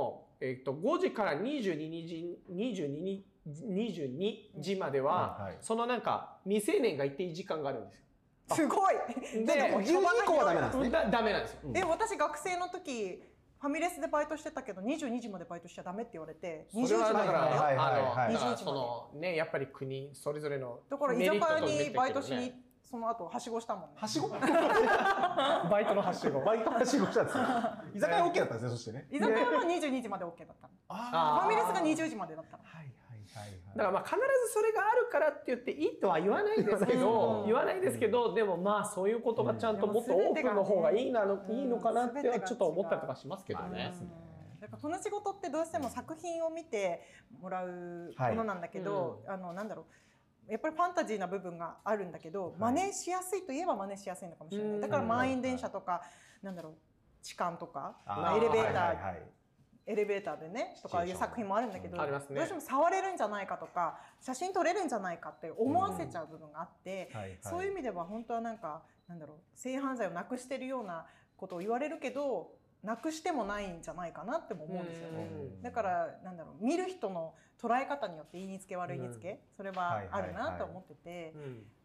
Speaker 1: えっと、ごじからにじゅうにじ、にじゅうに、にじゅうにじまでは、
Speaker 2: はいはい
Speaker 1: そのなんか未成年が行っていい時間があるんですよ。
Speaker 3: すごい。
Speaker 1: で
Speaker 2: もじゅうにじ以降はダメなんですね。
Speaker 1: だダメなんですよ。
Speaker 3: え、私学生の時ファミレスでバイトしてたけどにじゅうにじまでバイトしちゃダメって言われて
Speaker 1: それはだから、
Speaker 2: はいはいはい
Speaker 1: あの、だから
Speaker 3: にじゅうにじまで
Speaker 1: そのね、やっぱり国それぞれの
Speaker 3: だから居
Speaker 1: メリット
Speaker 3: 酒屋
Speaker 1: とデメリット
Speaker 3: にバイトし
Speaker 1: ね
Speaker 3: にその後はしごしたもんね。
Speaker 2: はしご
Speaker 1: バイトのはしご。
Speaker 2: バイトはしごしたんですよ。居酒屋 OK だったんですね、そしてね。
Speaker 3: 居酒屋はにじゅうにじまで OK だったの。
Speaker 2: あ
Speaker 1: あ
Speaker 3: ファミレスがにじゅうじまでだったの。
Speaker 2: はいはいはい
Speaker 1: だからまあ必ずそれがあるからって言っていいとは言わないですけど、言わないですけど、でもまあそういうことがちゃんともっとオープンの方がいいなの、いいのかなってはちょっと思ったりとかしますけどね。
Speaker 3: だからこの仕事ってどうしても作品を見てもらうものなんだけど、あのなんだろう、やっぱりファンタジーな部分があるんだけど、真似しやすいといえば真似しやすいのかもしれない。だから満員電車とか、なんだろう、痴漢とか、エレベーターエレベーターでねとかいう作品もあるんだけど、どうしても触れるんじゃないかとか写真撮れるんじゃないかって思わせちゃう部分があって、そういう意味では本当はなんかなんだろう、性犯罪をなくしてるようなことを言われるけどなくしてもないんじゃないかなっても思うんですよね。だからなんだろう、見る人の捉え方によっていいにつけ悪いにつけ、それはあるなと思ってて、うん、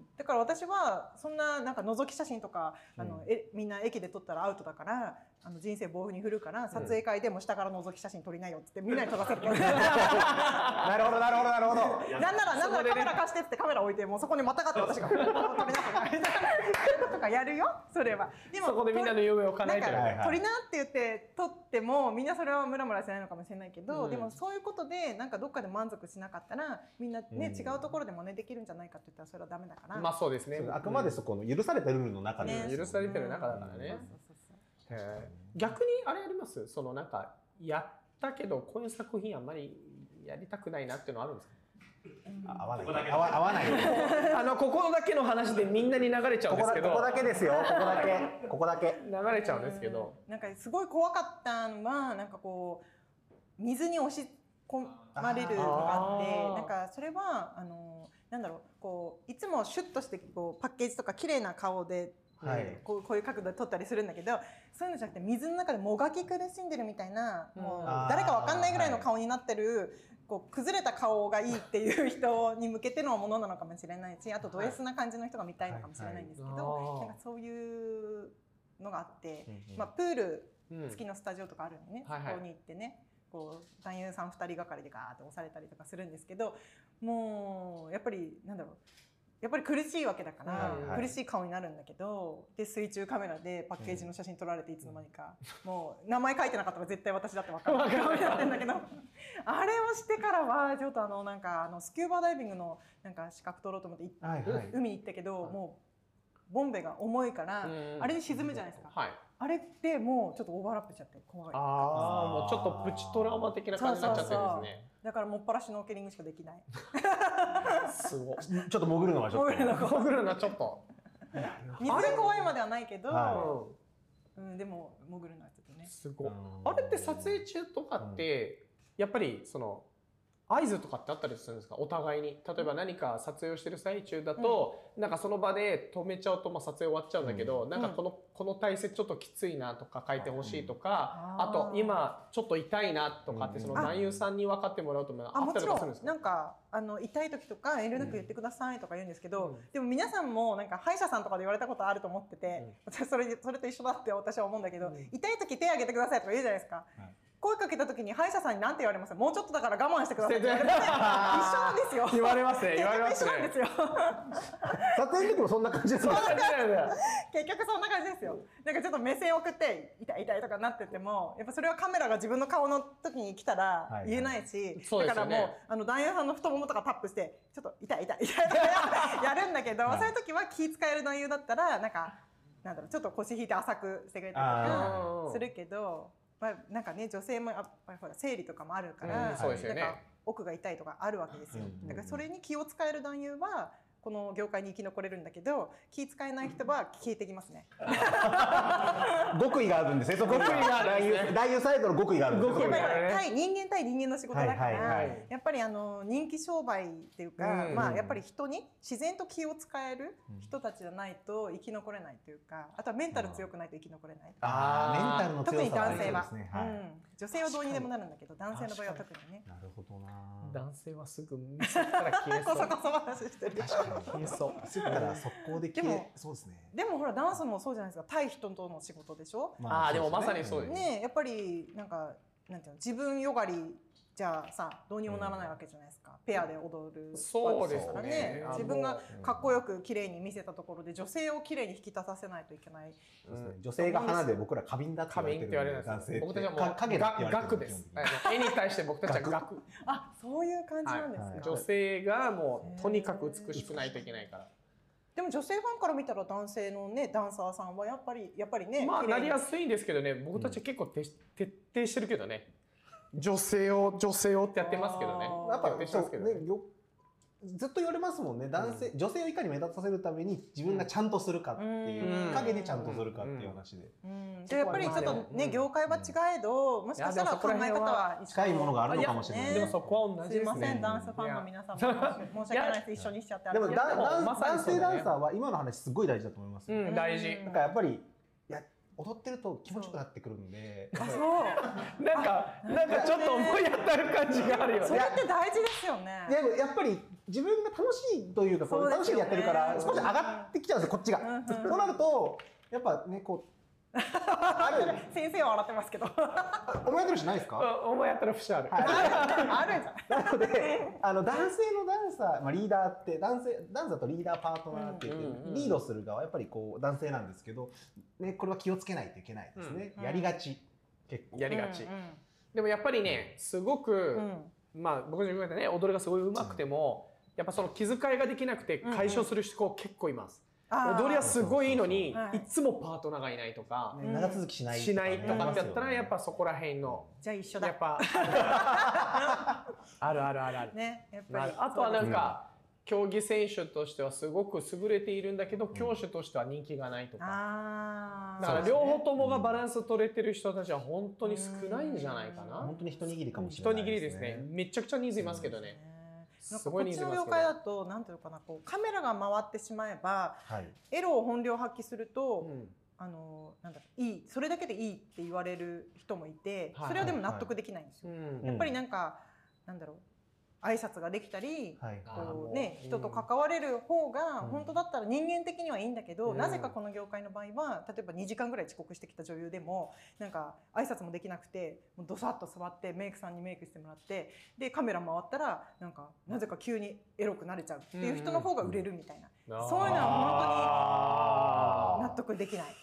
Speaker 3: だから私はそんななんか覗き写真とかあの、えみんな駅で撮ったらアウトだからあの人生棒風に振るから撮影会でも下から覗き写真撮りなよっつってみんなに撮らせる。な
Speaker 2: るほどなるほどなるほど。
Speaker 3: なんならなんならカメラ貸してってカメラ置いてもうそこにまたがって私が撮りなさいとかやるよそれは。
Speaker 1: でもそこでみんなの夢を叶えてる。
Speaker 3: 撮りなって言って撮ってもみんなそれはムラムラしないのかもしれないけど、でもそういうことでなんかどっかで満足しなかったらみんなね違うところで真似できるんじゃないかって言ったらそれはダメだから。
Speaker 1: まあそうですね。
Speaker 2: あくまでそこの許されたルールの中で
Speaker 1: 許されてる中だからね。逆にあれあります？そのなんかやったけどこういう作品あんまりやりたくないなっていうのあるんですか？
Speaker 2: 合わない。合わ合わない。
Speaker 1: あのここだけの話でみんなに流れちゃうんですけど。
Speaker 2: ここだけですよ。ここだけ。ここだけ。
Speaker 1: 流れちゃうんですけど。
Speaker 3: なんかすごい怖かったのはなんかこう水に押し込まれるのがあって、なんかそれはあのなんだろう、こういつもシュッとしてこうパッケージとか綺麗な顔で。はい、こうこういう角度で撮ったりするんだけど、そういうのじゃなくて水の中でもがき苦しんでるみたいな、もう誰かわかんないぐらいの顔になってる、こう崩れた顔がいいっていう人に向けてのものなのかもしれないし、あとド S な感じの人が見たいのかもしれないんですけど、なんかそういうのがあって、まあ、プール付きのスタジオとかあるんでね、そこに行ってね、こう男優さんふたりがかりでガーッと押されたりとかするんですけど、もうやっぱりなんだろう、やっぱり苦しいわけだから、はいはい、苦しい顔になるんだけど、で水中カメラでパッケージの写真撮られていつの間にか、うん、もう名前書いてなかったら絶対私だって分かる顔になってんだけどあれをしてからはちょっとあのなんかあのスキューバダイビングのなんか資格取ろうと思って、はいはい、海に行ったけど、はい、もうボンベが重いからあれで沈むじゃないですか、はい、あれってもうちょっとオーバーラップしちゃって怖い。
Speaker 1: ああ、もうちょっとプチトラウマ的な感じになっちゃってるんですね。
Speaker 3: だからもっぱらシュノーケリングしかできない。
Speaker 2: すごい。ちょっと潜るのはちょっと。
Speaker 1: 潜るのはちょっと。
Speaker 3: 水が怖いまではないけど、はい、うん、でも潜るのはちょっとね。
Speaker 1: すごい。あれって撮影中とかってやっぱりその合図とかってあったりするんですか？お互いに。例えば何か撮影をしてる最中だと、うん、なんかその場で止めちゃうとまあ撮影終わっちゃうんだけど、うん、なんかこのこの体勢ちょっときついなとか書いてほしいとか、うん、あと今ちょっと痛いなとかってその男優さんに分かってもらうとあったりとかするんですか？
Speaker 3: なんかあの痛い時とか遠慮なく言ってくださいとか言うんですけど、うん、でも皆さんもなんか歯医者さんとかで言われたことあると思ってて、うん、私それそれと一緒だって私は思うんだけど、うん、痛い時手挙げてくださいとか言うじゃないですか。はい、声かけた時に歯医者さんに何て言われます？もうちょっとだから我慢してくださいって言われて、一緒なんですよ。
Speaker 1: 言われますね。言われますね。
Speaker 3: 結局一緒なんですよ。
Speaker 2: 撮影の時もそんな感じですよ。
Speaker 3: 結局そんな感じですよ。なんかちょっと目線送って痛い痛いとかなってても、やっぱそれはカメラが自分の顔の時に来たら言えないし、はいはい、だからもう、ね、あの男優さんの太ももとかタップしてちょっと痛い痛い痛いとかやるんだけど、はい、そういう時は気使える男優だったらなんかなんだろう、ちょっと腰引いて浅くしてくれたりとかするけど。まあ、なんかね女性もやっぱりほら生理とかもあるから、うん、そうですよね、なんか奥が痛いとかあるわけですよ、うん、だからそれに気を使える男優はこの業界に生き残れるんだけど、気使えない人は消えてきますね。
Speaker 2: 極意があるんですね。極意があるんですね。男優サイドの極意があるんですね。
Speaker 3: やっぱり対人間対人間の仕事だから、
Speaker 2: はいはいはい、
Speaker 3: やっぱりあの人気商売っていうか、うん、まあやっぱり人に自然と気を使える人たちじゃないと生き残れないというか、あとはメンタル強くないと生き残れない。
Speaker 2: ああ、メンタルの強さはありそうですね。
Speaker 3: 特に男性は、はい、うん、女性はどうにでもなるんだけど、男性の場合は特にね。
Speaker 2: なるほどな。
Speaker 1: 男性はすぐ見せたら消えそう。
Speaker 3: そこそこ話してる。
Speaker 2: 確かに消えそう。見せたら速攻で消えそうですね。
Speaker 3: でもほらダンスもそうじゃないですか。対人との仕事でしょ。
Speaker 1: ああ、でもまさにそうです
Speaker 3: ね。やっぱりなんかなんていうの、自分よがりじゃあさ、どうにもならないわけじゃないですか。ペアで踊る
Speaker 1: そうですからね。
Speaker 3: 自分がかっこよく綺麗に見せたところで女性を綺麗に引き立たせないといけない。
Speaker 2: 女性が花で僕ら花瓶だって言われてるんで、男性
Speaker 1: 僕たちはもう
Speaker 2: 影だって言われてる。
Speaker 1: 額です。絵に対して僕たちは額。
Speaker 3: あ、そういう感じなんですね。
Speaker 1: 女性がもうとにかく美しくないといけないから。
Speaker 3: でも女性ファンから見たら男性のねダンサーさんはやっぱりやっぱりね、
Speaker 1: まあなりやすいんですけどね、僕たち結構徹底してるけどね。女性を女性をってやってますけどね。
Speaker 2: やっぱそうね、ずっと言われますもんね。男性、女性をいかに目立たせるために自分がちゃんとするかっていう、影でちゃんとするかっていう話で。
Speaker 3: でやっぱりちょっとね業界は違えど、もしかしたら考え方は
Speaker 2: 近いものがあるのかもしれない。
Speaker 1: でもそこは同じですね。
Speaker 3: すいませんダンスファンの皆さんも申し訳ないです。一緒にしちゃって。
Speaker 2: でも男性ダンサーは今の話すごい大事だと思います。
Speaker 1: 大事。
Speaker 2: なんかやっぱりや踊ってると気持ちよくなってくるんで。
Speaker 3: あ、そう。
Speaker 1: なんかなんかちょっと思い当たる感じがあるよね。
Speaker 3: それって大事ですよね。
Speaker 2: でもやっぱり自分が楽しいというか、楽しいにやってるから少し上がってきちゃうんですよこっちが。そうなるとやっぱねこう。
Speaker 3: 先生は笑ってますけど。
Speaker 2: 思い当たるしないですか？
Speaker 1: 思い当たる節ある。
Speaker 3: あるじゃん。
Speaker 2: なので、あの男性のダンサー、まあリーダーって男性ダンサーとリーダーパートナーって言ってリードする側はやっぱりこう男性なんですけど、ねこれは気をつけないといけないですね。やりがち結構。
Speaker 1: やりがち。でもやっぱりねすごくまあ僕自分がね踊りがすごい上手くてもやっぱその気遣いができなくて解消する人結構います。踊りはすごいいいのにいつもパートナーがいないとか
Speaker 2: 長続きしない
Speaker 1: しないとかってやったらやっぱそこら辺の
Speaker 3: じゃあ一緒だ
Speaker 1: やっぱあるあるあるある
Speaker 3: ねやっぱり
Speaker 1: あとはなんか競技選手としてはすごく優れているんだけど教師としては人気がないとかだから両方ともがバランス取れてる人たちは本当に少ないんじゃないかな。
Speaker 2: 本当に一握りかもしれない
Speaker 1: 一握りですね。めちゃくちゃニーズいますけどね。
Speaker 3: なんかこっちの業界だとなんていうのかな、こうカメラが回ってしまえば、はい、エロを本領発揮すると、うん、あのなんだいいそれだけでいいって言われる人もいて、それはでも納得できないんですよ。やっぱりなんかなんだろう。挨拶ができたり、はい、こうね、人と関われる方が本当だったら人間的にはいいんだけど、うん、なぜかこの業界の場合は例えばにじかんぐらい遅刻してきた女優でもなんか挨拶もできなくてもうドサッと座ってメイクさんにメイクしてもらってでカメラ回ったらなんかなぜか急にエロくなれちゃうっていう人の方が売れるみたいな、うん、そういうのは本当に納得できない。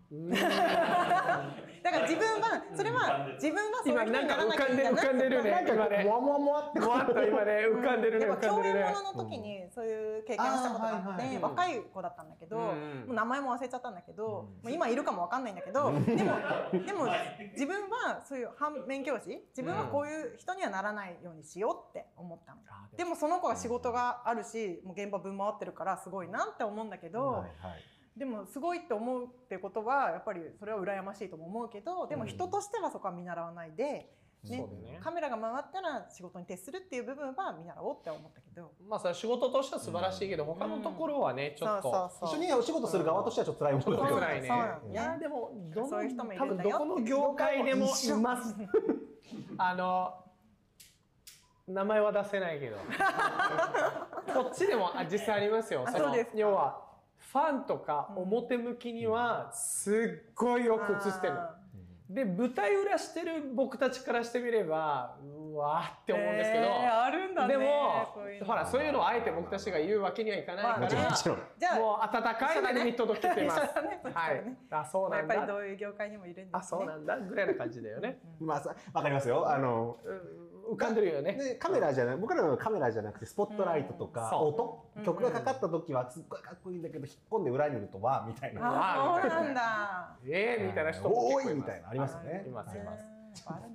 Speaker 3: だから自分はそれは自分はそういう人にならなきゃいけない。
Speaker 1: 浮かんでるね。今ね。
Speaker 2: もわもわもわって
Speaker 1: もわっと今ね浮かんでるね。
Speaker 3: やっぱ共演者の時にそういう経験をしたことがあって若い子だったんだけど、もう名前も忘れちゃったんだけど、もう今いるかもわかんないんだけど、でもでも自分はそういう反面教師、自分はこういう人にはならないようにしようって思ったの。でもその子は仕事があるし、もう現場分回ってるからすごいなって思うんだけど。でもすごいって思うってことはやっぱりそれは羨ましいとも思うけど、でも人としてはそこは見習わないで、ねね、カメラが回ったら仕事に徹するっていう部分は見習おうって思ったけど、
Speaker 1: まあそれ仕事としては素晴らしいけど、うん、他のところはねちょっと
Speaker 2: 一緒にお仕事する側としてはちょっと辛いものだけど
Speaker 1: 辛いね。いやでもどの多分どこの業界でもいますあの名前は出せないけどこっちでも実際ありますよ。その要はファンとか表向きにはすっごいよく映してるの。で舞台裏してる僕たちからしてみればうわーって思うんですけど、
Speaker 3: えー、あるんだね。
Speaker 1: でもほらそういうのをあえて僕たちが言うわけにはいかないから、まあ、じゃあもう温かい目で見届けてます。はい。あそうなんだ。
Speaker 3: やっぱりどういう業界にもいるんですね。
Speaker 1: あそうなんだぐらいな感じだよね。
Speaker 2: まあわかりますよ。あの。
Speaker 1: 浮かんでるよね。
Speaker 2: でカメラじゃない、僕らのカメラじゃなくてスポットライトとか音、曲がかかった時はすっごいかっこいいんだけど引っ込んで裏にいるとわみたいな。
Speaker 3: あそうなんだ。
Speaker 1: ええみたいな人
Speaker 2: 多いみたいなありますよね。
Speaker 1: いますいます。
Speaker 3: あるんだね。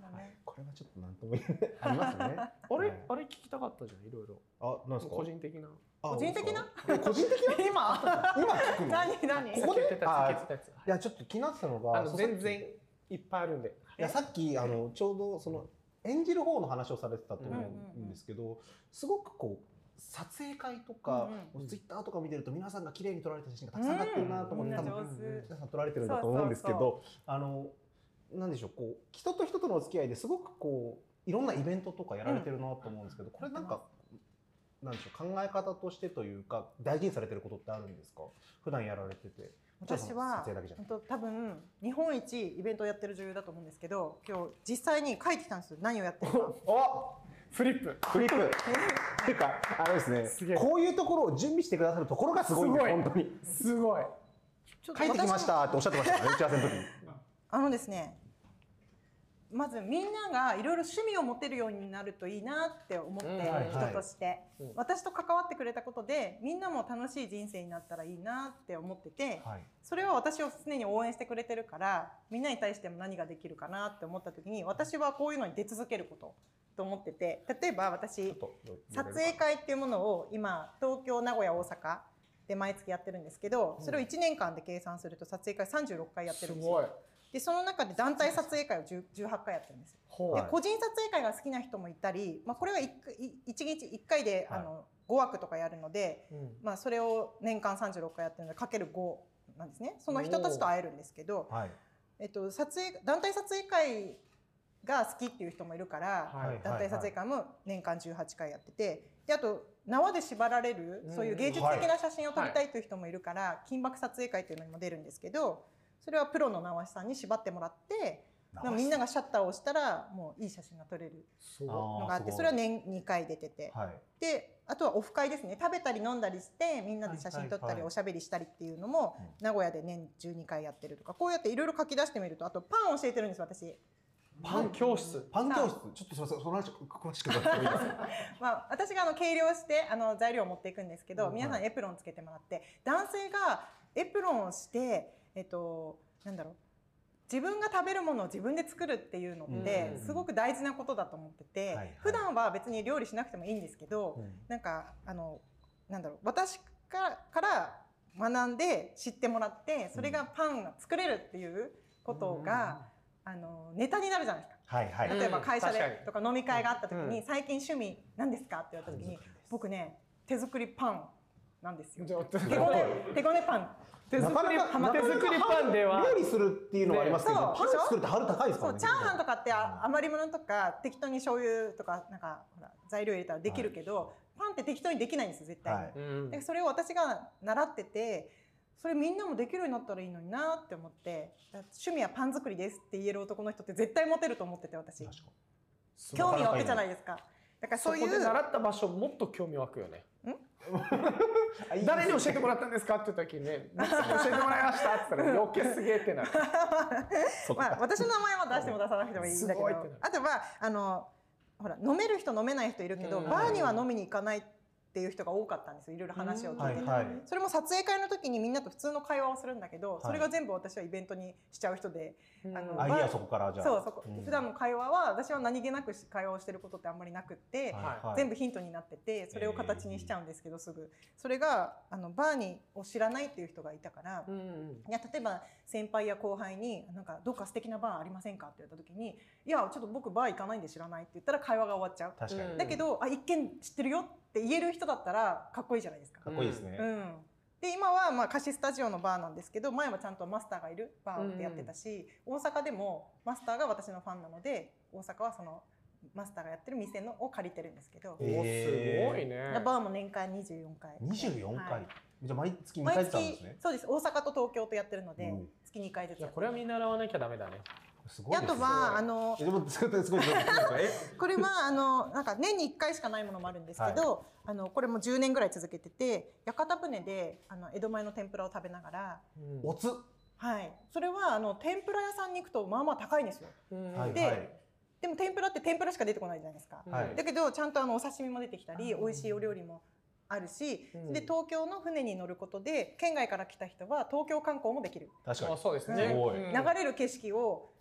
Speaker 2: これはちょっとなんとも言えないありますね。
Speaker 1: あれあれ聞きたかったじゃん、いろいろ。
Speaker 2: あ、なんですか。
Speaker 1: 個人的な。
Speaker 3: 個人的な
Speaker 2: 個人的な
Speaker 3: 今
Speaker 2: 今聞くの。
Speaker 3: 何何
Speaker 2: ここで
Speaker 1: つけてたつけてたやつ。
Speaker 2: いやちょっと気になってたのが、
Speaker 1: あの全然いっぱいあるんで。
Speaker 2: いやさっきあのちょうどその演じる方の話をされてたと思うんですけど、すごくこう撮影会とか、
Speaker 3: うんうん、
Speaker 2: ツイッターとか見てると皆さんが綺麗に撮られた写真がたくさん上がってるなと思って、
Speaker 3: うん、
Speaker 2: 多分皆さん撮られてるんだと思うんですけど、
Speaker 3: そうそうそう
Speaker 2: あのなんでしょう、こう人と人とのお付き合いですごくこういろんなイベントとかやられてるなと思うんですけど、これなんかなんでしょう、考え方としてというか大事にされてることってあるんですか？普段やられてて。
Speaker 3: 私は多分日本一イベントをやってる女優だと思うんですけど、今日実際に書いてきたんですよ、何をやってるか。
Speaker 1: おフリップ
Speaker 2: フリップっていうかあのですね、こういうところを準備してくださるところがすごいんです。本当に
Speaker 1: すごい。
Speaker 2: 書いてきましたっておっしゃってましたね、打ち合わせの時に。
Speaker 3: あのですね、まずみんながいろいろ趣味を持てるようになるといいなって思って、人として私と関わってくれたことでみんなも楽しい人生になったらいいなって思ってて、それは私を常に応援してくれてるから、みんなに対しても何ができるかなって思った時に、私はこういうのに出続けることと思ってて、例えば私撮影会っていうものを今東京、名古屋、大阪で毎月やってるんですけど、それをいちねんかんで計算すると撮影会さんじゅうろっかいやってるんですよ。でその中で団体撮影会をじゅうはちかいやってるんですよ。で個人撮影会が好きな人もいたり、まあ、これはいちにちいっかいで、はい、あのごわくとかやるので、うん、まあ、それを年間さんじゅうろっかいやってるのでかけるごなんですね。その人たちと会えるんですけど、はい、えっと、撮影団体撮影会が好きっていう人もいるから、はい、団体撮影会も年間じゅうはちかいやってて、であと縄で縛られる、うん、そういう芸術的な写真を撮りたいという人もいるから、はい、金箔撮影会っていうのにも出るんですけど、それはプロの縄師さんに縛ってもらって、みんながシャッターを押したらもういい写真が撮れるのがあって、それは年にかい出てて、はい、であとはオフ会ですね。食べたり飲んだりしてみんなで写真撮ったりおしゃべりしたりっていうのも名古屋で年じゅうにかいやってるとか、こうやっていろいろ書き出してみると、あとパン教えてるんです私。
Speaker 1: パン教室。
Speaker 2: パン教室。ちょっとすみません、その話詳しく伺ってもいいですか？
Speaker 3: まあ私があの計量してあの材料を持っていくんですけど、皆さんエプロンつけてもらって、男性がエプロンをしてえっとなんだろう。自分が食べるものを自分で作るっていうのってすごく大事なことだと思ってて、普段は別に料理しなくてもいいんですけど、なんかあのなんだろう、私から学んで知ってもらって、それがパンが作れるっていうことがあのネタになるじゃないですか。はいはい、例えば会社でとか飲み会があった時に、最近趣味何ですかって言われた時に、僕ね手作りパンなんですよ。手ごね手ごねパン。
Speaker 1: 手作りパンでは
Speaker 2: 料理するっていうのはありますけど、パン作るってハードル高いですからね。
Speaker 3: チャーハンとかって余り物とか適当に醤油とかなんかほら材料入れたらできるけど、パンって適当にできないんですよ絶対に。でそれを私が習ってて、それみんなもできるようになったらいいのになって思って、趣味はパン作りですって言える男の人って絶対モテると思ってて、私興味湧くじゃないですか。だからそういう
Speaker 1: そこで習った場所もっと興味湧くよね。誰に教えてもらったんですかって時にね、教えてもらいましたって言ったら余計すげえってなる。
Speaker 3: まあ私の名前は出しても出さなくてもいいんだけど、あとはあのほら飲める人飲めない人いるけど、バーには飲みに行かないっていう人が多かったんですよ。いろいろ話を聞いてて、それも撮影会の時にみんなと普通の会話をするんだけど、それが全部私はイベントにしちゃう人で、
Speaker 2: あのいやそこからじゃあ
Speaker 3: そうそこ、普段の会話は私は何気なく会話をしてることってあんまりなくって、全部ヒントになってて、それを形にしちゃうんですけど、すぐそれがあのバーにを知らないっていう人がいたから、いや例えば先輩や後輩になんかどっか素敵なバーありませんかって言った時に、いやちょっと僕バー行かないんで知らないって言ったら会話が終わっちゃう。確かに。だけどあ一見知ってるよって言える人だったらかっこいいじゃないですか。
Speaker 2: かっこいいですね。
Speaker 3: うん、で今はまあ貸しスタジオのバーなんですけど、前はちゃんとマスターがいるバーでやってたし、大阪でもマスターが私のファンなので、大阪はそのマスターがやってる店のを借りてるんですけど、
Speaker 1: おすごいね。
Speaker 3: バーも年間にじゅうよんかい。
Speaker 2: にじゅうよんかい、はい、じゃあ毎月にかいずつあるんですね。
Speaker 3: そうです。大阪と東京とやってるので、うん、月にかいずつ。
Speaker 1: いやこれは見習わなきゃダメだね。
Speaker 2: すごいですね。
Speaker 3: あとはあの
Speaker 2: こ
Speaker 3: れはあのなんか年にいっかいしかないものもあるんですけど、はい、あのこれもじゅうねんぐらい続けてて、屋形船であの江戸前の天ぷらを食べながら、
Speaker 2: うん、おつ、
Speaker 3: はい、それはあの天ぷら屋さんに行くとまあまあ高いんですよ。うん、で、はい、でも天ぷらって天ぷらしか出てこないじゃないですか。はい、だけどちゃんとあのお刺身も出てきたり、美味しいお料理もあるし、うん、で東京の船に乗ることで県外から来た人は東京観光もできる。
Speaker 1: 確かにそうですね。
Speaker 3: 流れる景色を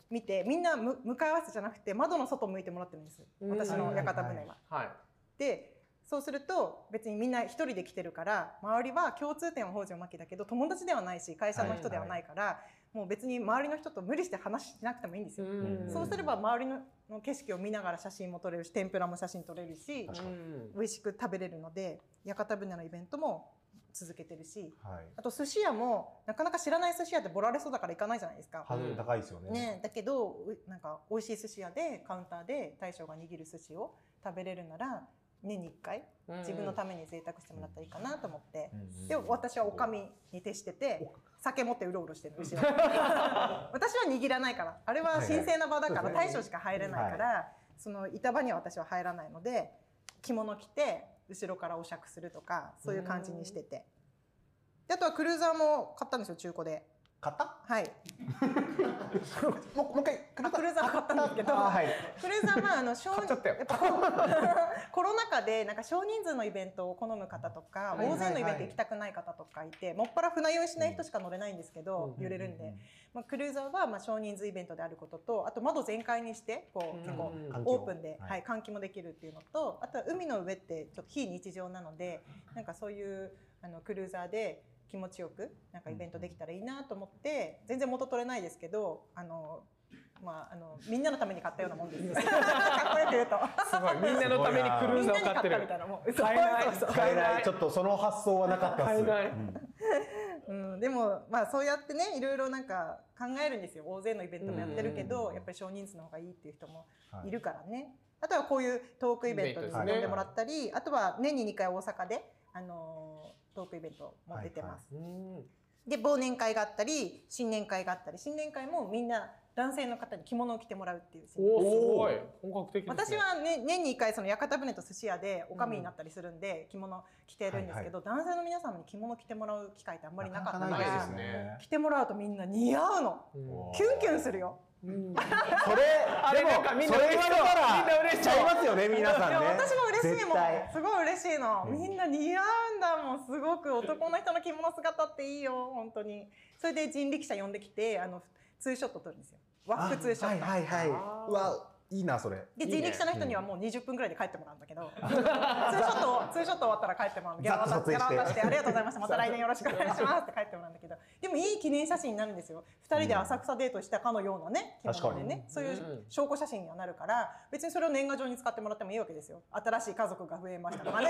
Speaker 3: 見てみんなむ向かい合わせじゃなくて窓の外向いてもらってるんです、私の屋形船は。
Speaker 1: はい。
Speaker 3: でそうすると別にみんな一人で来てるから周りは共通点は北条真希だけど友達ではないし会社の人ではないから、はいはい、もう別に周りの人と無理して話しなくてもいいんですよ。そうすれば周りの景色を見ながら写真も撮れるし天ぷらも写真撮れるし美味しく食べれるので屋形船のイベントも続けてるし、はい、あと寿司屋もなかなか知らない寿司屋ってボラれそうだから行かないじゃないですか。
Speaker 2: ハードル高いですよね。
Speaker 3: ね、だけどなんか美味しい寿司屋でカウンターで大将が握る寿司を食べれるなら年にいっかい自分のために贅沢してもらったらいいかなと思って、うんうん、で私はおかみに徹してて酒持ってうろうろしてる後ろ私は握らないから、あれは神聖な場だから大将しか入れないから、はいはい、その板場には私は入らないので着物着て後ろからお酌するとかそういう感じにしてて、であとはクルーザーも買ったんですよ中古で。
Speaker 2: 買った？
Speaker 3: はいもう一回クルーザー買ったんですけど、
Speaker 2: はい、
Speaker 3: クルーザーはあの少やっぱコロナ禍でなんか少人数のイベントを好む方とか大勢のイベント行きたくない方とかいて、もっぱら船酔いしない人しか乗れないんですけど、揺れるんで、まあ、クルーザーはまあ少人数イベントであることと、あと窓全開にしてこう結構オープンで、はい、換気もできるっていうのと、あとは海の上ってちょっと非日常なのでなんかそういうあのクルーザーで気持ちよくなんかイベントできたらいいなと思って、全然元取れないですけどあの、まあ、あのみんなのために買ったようなもんですかっこよく言うと
Speaker 1: すごいみんなのためにクルーザーを買ってるみたいなもん。買えない
Speaker 2: 買えない、ちょっとその発想はなかったです。買えない、
Speaker 3: うんうん、でもまあそうやってねいろいろなんか考えるんですよ。大勢のイベントもやってるけどやっぱり少人数の方がいいっていう人もいるからね、はい、あとはこういうトークイベントに呼んでもらったり、ね、あとは年ににかい大阪であのトークイベントも出てます、はいはい、で忘年会があったり新年会があったり、新年会もみんな男性の方に着物を着てもらうっていう。
Speaker 1: おーすごい本格的ですね。
Speaker 3: 私は、ね、年にいっかいその屋形船と寿司屋でおかみになったりするんで、うん、着物着てるんですけど、はいはい、男性の皆様に着物着てもらう機会ってあんまりなかったから、ね、着てもらうとみんな似合うの、うん、キュンキュンするよ。
Speaker 2: うん、それあれなんかみんな嬉しそう、みんな嬉しちゃいますよね皆さんね。
Speaker 3: 私も嬉しいもん、すごい嬉しいの、みんな似合うんだもん、すごく男の人の着物姿っていいよ本当に。それで人力車呼んできてあのツーショット撮るんですよ、和服ツーショット。
Speaker 2: はいはいはい、うわいいなそれ。
Speaker 3: で人力車の人にはもうにじゅっぷんぐらいで帰ってもらうんだけど、ツーショットツーショット終わったら帰ってもらう。ギャラ渡してありがとうございました、また来年よろしくお願いしますって帰ってもらうんだけど、でもいい記念写真になるんですよ。ふたりで浅草デートしたかのようなね、着物でね、そういう証拠写真にはなるから、別にそれを年賀状に使ってもらってもいいわけですよ。新しい家族が増えましたとかね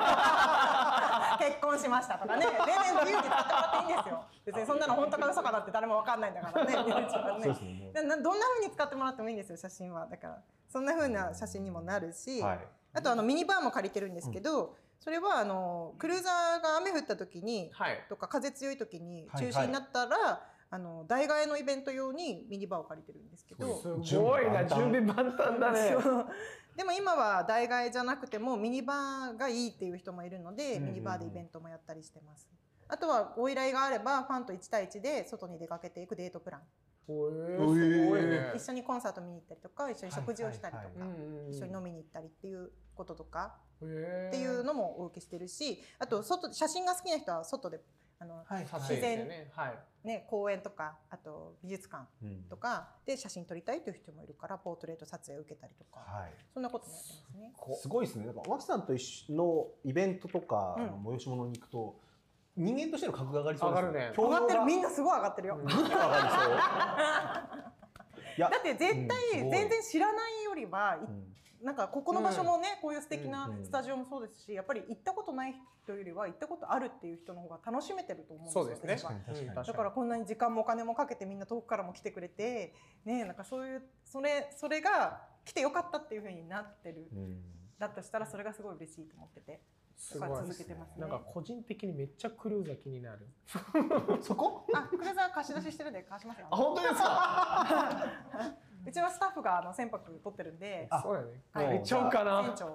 Speaker 3: 結婚しましたとかね、全然自由に使ってもらっていいんですよ。別にそんなの本当か嘘かだって誰も分かんないんだからねどんな風に使ってもらってもいいんですよ写真は。だからそんな風な写真にもなるし、はい、あとあのミニバーも借りてるんですけど、うん、それはあのクルーザーが雨降った時に、はい、とか風強い時に中止になったら、はいはい、あの代替えのイベント用にミニバーを借りてるんですけど、
Speaker 1: すごいな、準備万端だね
Speaker 3: でも今は代替えじゃなくてもミニバーがいいっていう人もいるので、ミニバーでイベントもやったりしてます。あとはご依頼があればファンといち対いちで外に出かけていくデートプラン、
Speaker 1: えー、すごいね。
Speaker 3: 一緒にコンサート見に行ったりとか、一緒に食事をしたりとか、一緒に飲みに行ったりっていうこととかっていうのもお受けしてるし、あと外写真が好きな人は外であの、はい、自然、ねはいね、公園とかあと美術館とかで写真撮りたいという人もいるからポートレート撮影を受けたりとか、はい、そんなこともやってますね。
Speaker 2: すごいですね。脇さんと一緒のイベントとか、うん、催し物に行くと人間としての格が上がりそうですね。
Speaker 3: 上がってる、みんなすごい上がってるよ。ぐっと上がりそう。だって絶対全然知らないよりは、うん、なんかここの場所もね、うん、こういう素敵なスタジオもそうですし、やっぱり行ったことない人よりは行ったことあるっていう人の方が楽しめてると思うんですよ。
Speaker 1: そうですね。
Speaker 3: だからこんなに時間もお金もかけてみんな遠くからも来てくれて、ね、なんかそういうそれそれが来てよかったっていう風になってる。うん、だとしたらそれがすごい嬉しいと思ってて。
Speaker 1: すごい続けてますね。なんか個人的にめっちゃクルーザー気になる。
Speaker 3: そこ？あ、クルーザー貸し出ししてるんで貸しますよ。
Speaker 1: あ、本当ですか？
Speaker 3: うちのスタッフがあの船舶取ってるんで。
Speaker 1: あ、そうやね。行っちゃおうかな。
Speaker 3: 船長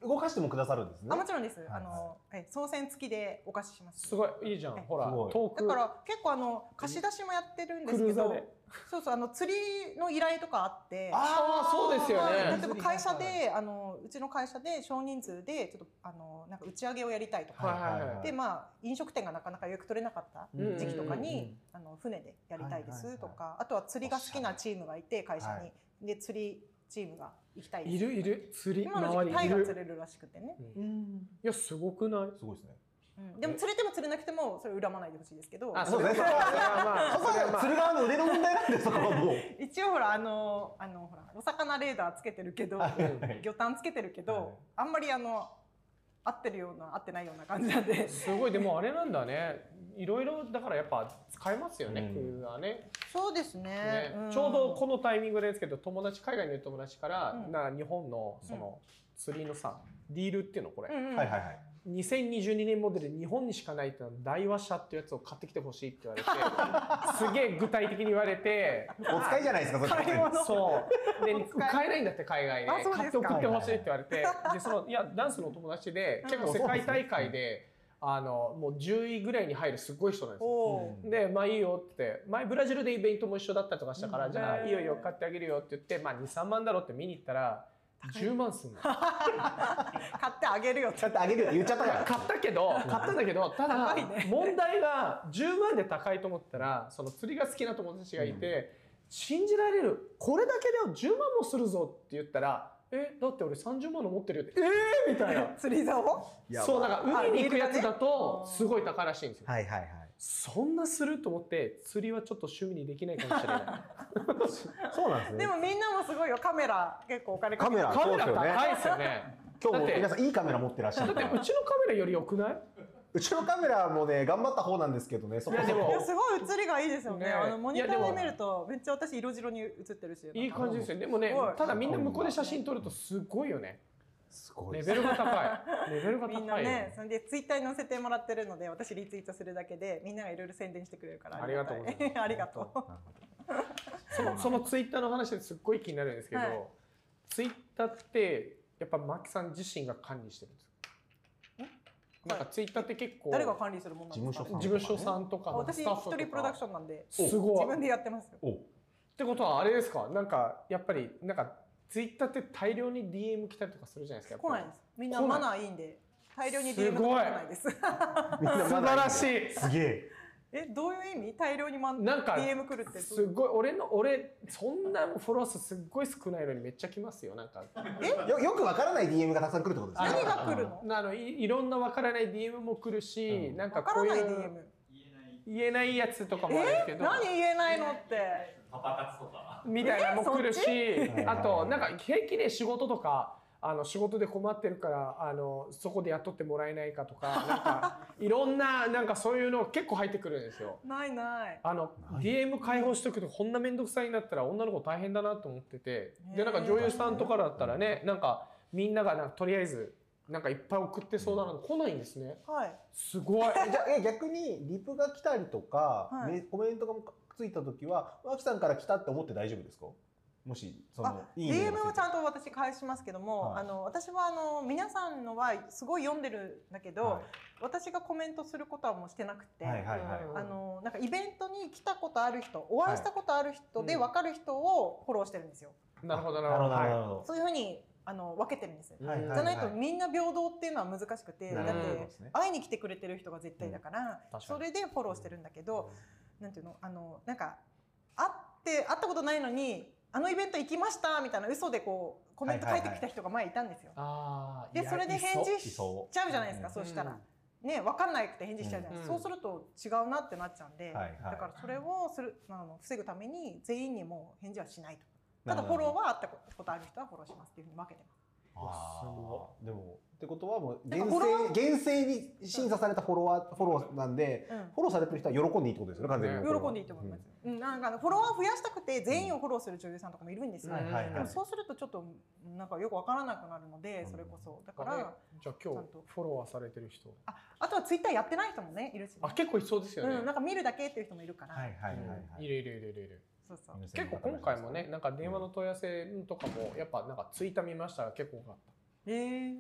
Speaker 2: 動かしてもくださるんですね。
Speaker 3: あ、もちろんです。
Speaker 2: はい
Speaker 3: あの、え、送船付きでお貸しします。
Speaker 1: すごいいいじゃん。ほら
Speaker 2: すごい
Speaker 1: 遠く
Speaker 3: だから結構あの貸し出しもやってるんです
Speaker 1: クル
Speaker 3: けど
Speaker 1: ーザーで、
Speaker 3: そうそう、あの釣りの依頼とかあって、
Speaker 1: ああそうですよ
Speaker 3: はい
Speaker 1: ね。
Speaker 3: 例えば会社であのうちの会社で少人数でちょっとあのなんか打ち上げをやりたいとか、
Speaker 1: はいはいはい
Speaker 3: でまあ飲食店がなかなか予約取れなかった
Speaker 1: うん
Speaker 3: 時期とか
Speaker 1: うんうん
Speaker 3: にあの船でやりたいですと
Speaker 2: はい
Speaker 3: か、あとは釣りが好きなチームがいて会社に、で釣りチームが行きたいです。
Speaker 1: いるいる釣り
Speaker 3: 今の時期
Speaker 1: 周りいる。
Speaker 3: タイが釣れるらしくてね。
Speaker 1: いやすごくない？
Speaker 2: すごいですね。
Speaker 3: うんでも釣れても釣れなくてもそれ恨まないでほしいですけど。
Speaker 1: あ
Speaker 2: そうですね。
Speaker 1: それはまあそれはまあ
Speaker 2: 釣る側の腕の問題なんでそこはもう。
Speaker 3: 一応ほらあのあのほらお魚レーダーつけてるけど魚探つけてるけど、
Speaker 2: はい
Speaker 3: あんまりあの合ってるような合ってないような感じなんで。
Speaker 1: すごいでもあれなんだね。いろいろだからやっぱ使えますよね。
Speaker 2: うん
Speaker 1: クルーザーね。
Speaker 3: そうですね。
Speaker 1: ね
Speaker 3: うん
Speaker 1: ちょうどこのタイミングですけど友達海外にいる友達から、
Speaker 3: うん
Speaker 1: な日本のその釣りのさディールっていうのこれ、
Speaker 3: うんうん
Speaker 2: はいはいはい。
Speaker 1: にせんにじゅうにねんモデル日本にしかないっていうのは大和社っていうやつを買ってきてほしいって言われてすげえ具体的に言われて
Speaker 2: お使いじゃないですかそれ。
Speaker 3: 買い物
Speaker 1: そうで買えないんだって海外で
Speaker 3: あそうですか
Speaker 1: 買って送ってほしいって言われてでそのいやダンスの友達で結構世界大会であのもうじゅういぐらいに入るすごい人なんですよ。
Speaker 3: おー
Speaker 1: でまあいいよって言って前ブラジルでイベントも一緒だったりとかしたから、
Speaker 3: うん
Speaker 1: じゃあいいよいいよ買ってあげるよって言ってまあにさんまんだろうって見に行ったらじゅうまんすんの。
Speaker 3: 買ってあげるよって
Speaker 2: ちゃんとあげるって言っちゃったから。
Speaker 1: 買ったけど買ったんだけどただ
Speaker 3: 高いね
Speaker 1: 問題がじゅうまんで高いと思ったらその釣りが好きな友達がいて、信じられるこれだけでじゅうまんもするぞって言ったらえだって俺さんじゅうまんの持ってるよってえーみたいな
Speaker 3: 釣り竿を
Speaker 1: そうなんか海に行くやつだと
Speaker 3: あ
Speaker 1: すごい高らしいんですよ。
Speaker 2: はいはいはい。
Speaker 1: そんなすると思って釣りはちょっと趣味にできないかもしれない。
Speaker 2: そうなんですね。
Speaker 3: でもみんなもすごいよカメラ結構お金かけて
Speaker 2: カメラ
Speaker 1: カメラ
Speaker 2: そうですよね
Speaker 1: 高いですよね。
Speaker 2: 今日も
Speaker 1: だって
Speaker 2: 皆さんいいカメラ持ってらっしゃる。
Speaker 1: だってうちのカメラより良くない？
Speaker 2: うちのカメラもね頑張った方なんですけどね。そこそ
Speaker 1: いやでも
Speaker 3: いや
Speaker 2: こ。
Speaker 3: すごい映りがいいですよね。
Speaker 1: ね
Speaker 3: あのモニタ
Speaker 1: いやでも
Speaker 3: ーで見るとめっちゃ私色白に映ってるし。
Speaker 1: いい感じですよ。でもね
Speaker 3: すごい
Speaker 1: ただみんな向こうで写真撮るとすごいよね。
Speaker 2: すごいです。
Speaker 1: レベルが高い。レベルが高いよ。
Speaker 3: みんなね、それでツイッターに載せてもらってるので、私リツイートするだけでみんながいろいろ宣伝してくれるから
Speaker 1: ありがとうございます
Speaker 3: ありがとう。
Speaker 1: そのそのツイッターの話ですっごい気になるんですけど、
Speaker 3: はい
Speaker 1: ツイッターってやっぱマキさん自身が管理してるんですか？なんかツイッターって結構
Speaker 3: 誰が管理するもんなんですか。
Speaker 2: 事務所さん
Speaker 1: 事務所さんとかの
Speaker 3: 私
Speaker 1: スタッフとか
Speaker 3: 一人プロダクションなんで、
Speaker 1: すごい
Speaker 3: 自分でやってますよ。
Speaker 2: お。
Speaker 1: ってことはあれですか？なんかやっぱりなんかツイッターって大量に ディーエム 来たりとかするじゃないですか。
Speaker 3: 来ないです。みんな
Speaker 1: 来ない
Speaker 3: マナーいいんで、大量に ディーエム
Speaker 1: すごい
Speaker 3: が来ないです。
Speaker 2: みんな
Speaker 1: 素晴らしい。
Speaker 2: すげえ。
Speaker 3: え、どういう意味？大量にマン
Speaker 1: なんか
Speaker 3: ディーエム 来るって。
Speaker 1: すごい俺の俺そんなフォロワー数すっごい少ないのにめっちゃ来ますよなんか。
Speaker 2: よよくわからない ディーエム がたくさん来るってことですね。
Speaker 3: 何が来るの？
Speaker 1: あのいいろんなわからない ディーエム も来るし、
Speaker 2: うん
Speaker 1: なんか
Speaker 3: わからない
Speaker 1: こういう
Speaker 3: ディーエム。
Speaker 1: 言えないやつとかもあるんですけ
Speaker 3: え、
Speaker 1: ど。
Speaker 3: 何言えないのって。
Speaker 4: パパ活とか。
Speaker 1: みたいなのも来るし、
Speaker 2: っち
Speaker 1: あとなんか平気で仕事とかあの仕事で困ってるからあのそこで雇ってもらえないかとかなんかいろんななんかそういうの結構入ってくるんですよ。
Speaker 3: ないない。
Speaker 1: あの ディーエム 開放しとくとこんな面倒くさいになったら女の子大変だなと思ってて、でなんか女優さんとかだったらねなんかみんながなんかとりあえずなんかいっぱい送ってそうだなの来ないんですね。
Speaker 3: はい。
Speaker 1: すごい。
Speaker 2: じゃあえ逆にリプが来たりとか、
Speaker 3: はい
Speaker 2: めコメントがついた時は脇さんから来たって思って大丈夫ですか？もしそ
Speaker 3: あ
Speaker 2: の、
Speaker 3: ディーエム をちゃん
Speaker 2: と。
Speaker 3: と私返しますけども、
Speaker 2: はい
Speaker 3: あの私はあの皆さんのはすごい読んでるんだけど、
Speaker 2: はい
Speaker 3: 私がコメントすることはもうしてなくて、
Speaker 2: はいはいはい。
Speaker 3: あのなんかイベントに来たことある人、お会いしたことある人で
Speaker 1: うん
Speaker 3: 分かる人をフォローしてるんですよ。
Speaker 1: なるほどな
Speaker 2: なるほど
Speaker 1: るほど。
Speaker 2: なるほど。
Speaker 3: そういうふうにあの分けてるんですよ。
Speaker 1: はい
Speaker 3: じゃないとみんな平等っていうのは難しくて、だっ
Speaker 2: なるほど
Speaker 3: て
Speaker 2: ですね
Speaker 3: 会いに来てくれてる人が絶対だから、
Speaker 1: 確かに
Speaker 3: それでフォローしてるんだけど、なんていうのあのなんか会って会ったことないのにあのイベント行きましたみたいな嘘でこうコメント書いてきた人が前いたんですよ。
Speaker 1: あーいや
Speaker 3: でそれで返
Speaker 1: いそう
Speaker 3: 事し
Speaker 2: いそう
Speaker 3: ちゃうじゃないですか。
Speaker 2: うん
Speaker 3: そうしたら。ね、分かんなくて返事しちゃうじゃないですか、
Speaker 1: うん
Speaker 3: そうすると違うなってなっちゃうんで、
Speaker 2: はいはい
Speaker 3: だからそれをするあの防ぐために全員にもう返事はしないと。た
Speaker 2: なるほど
Speaker 3: だフォローはあったことある人はフォローしますっていうふうに分けてます。
Speaker 2: あ
Speaker 1: すご
Speaker 2: ーでもってことはもう
Speaker 3: なん
Speaker 2: 厳
Speaker 3: かフォロワ
Speaker 2: 正厳正に審査されたフォロワーフォローなんで、
Speaker 3: うん
Speaker 2: フォローされてる人は喜んでいいってことですよね完全に。
Speaker 3: 喜んでいいと思います、うんなんかあのフォロワーを増やしたくて全員をフォローする女優さんとかもいるんですよ、
Speaker 2: はいはいはい
Speaker 3: でもそうするとちょっとなんかよく分からなくなるので、それこそだから、
Speaker 1: あれじゃあ今日
Speaker 3: ちゃんと
Speaker 1: フォロワーされてる人
Speaker 3: ああとはツイッターやってない人もねいるしね、
Speaker 1: あ結構いそうですよね、
Speaker 3: うん、なんか見るだけっていう人もいるから、
Speaker 2: はいはいはい
Speaker 1: うん
Speaker 2: はい
Speaker 1: いるいるいるいるいる
Speaker 3: そうそう
Speaker 2: 皆さん
Speaker 1: 結構今回もねなんか電話の問い合わせとかもやっぱなんかツイッター見ましたら結構多かっ
Speaker 3: えー、
Speaker 1: た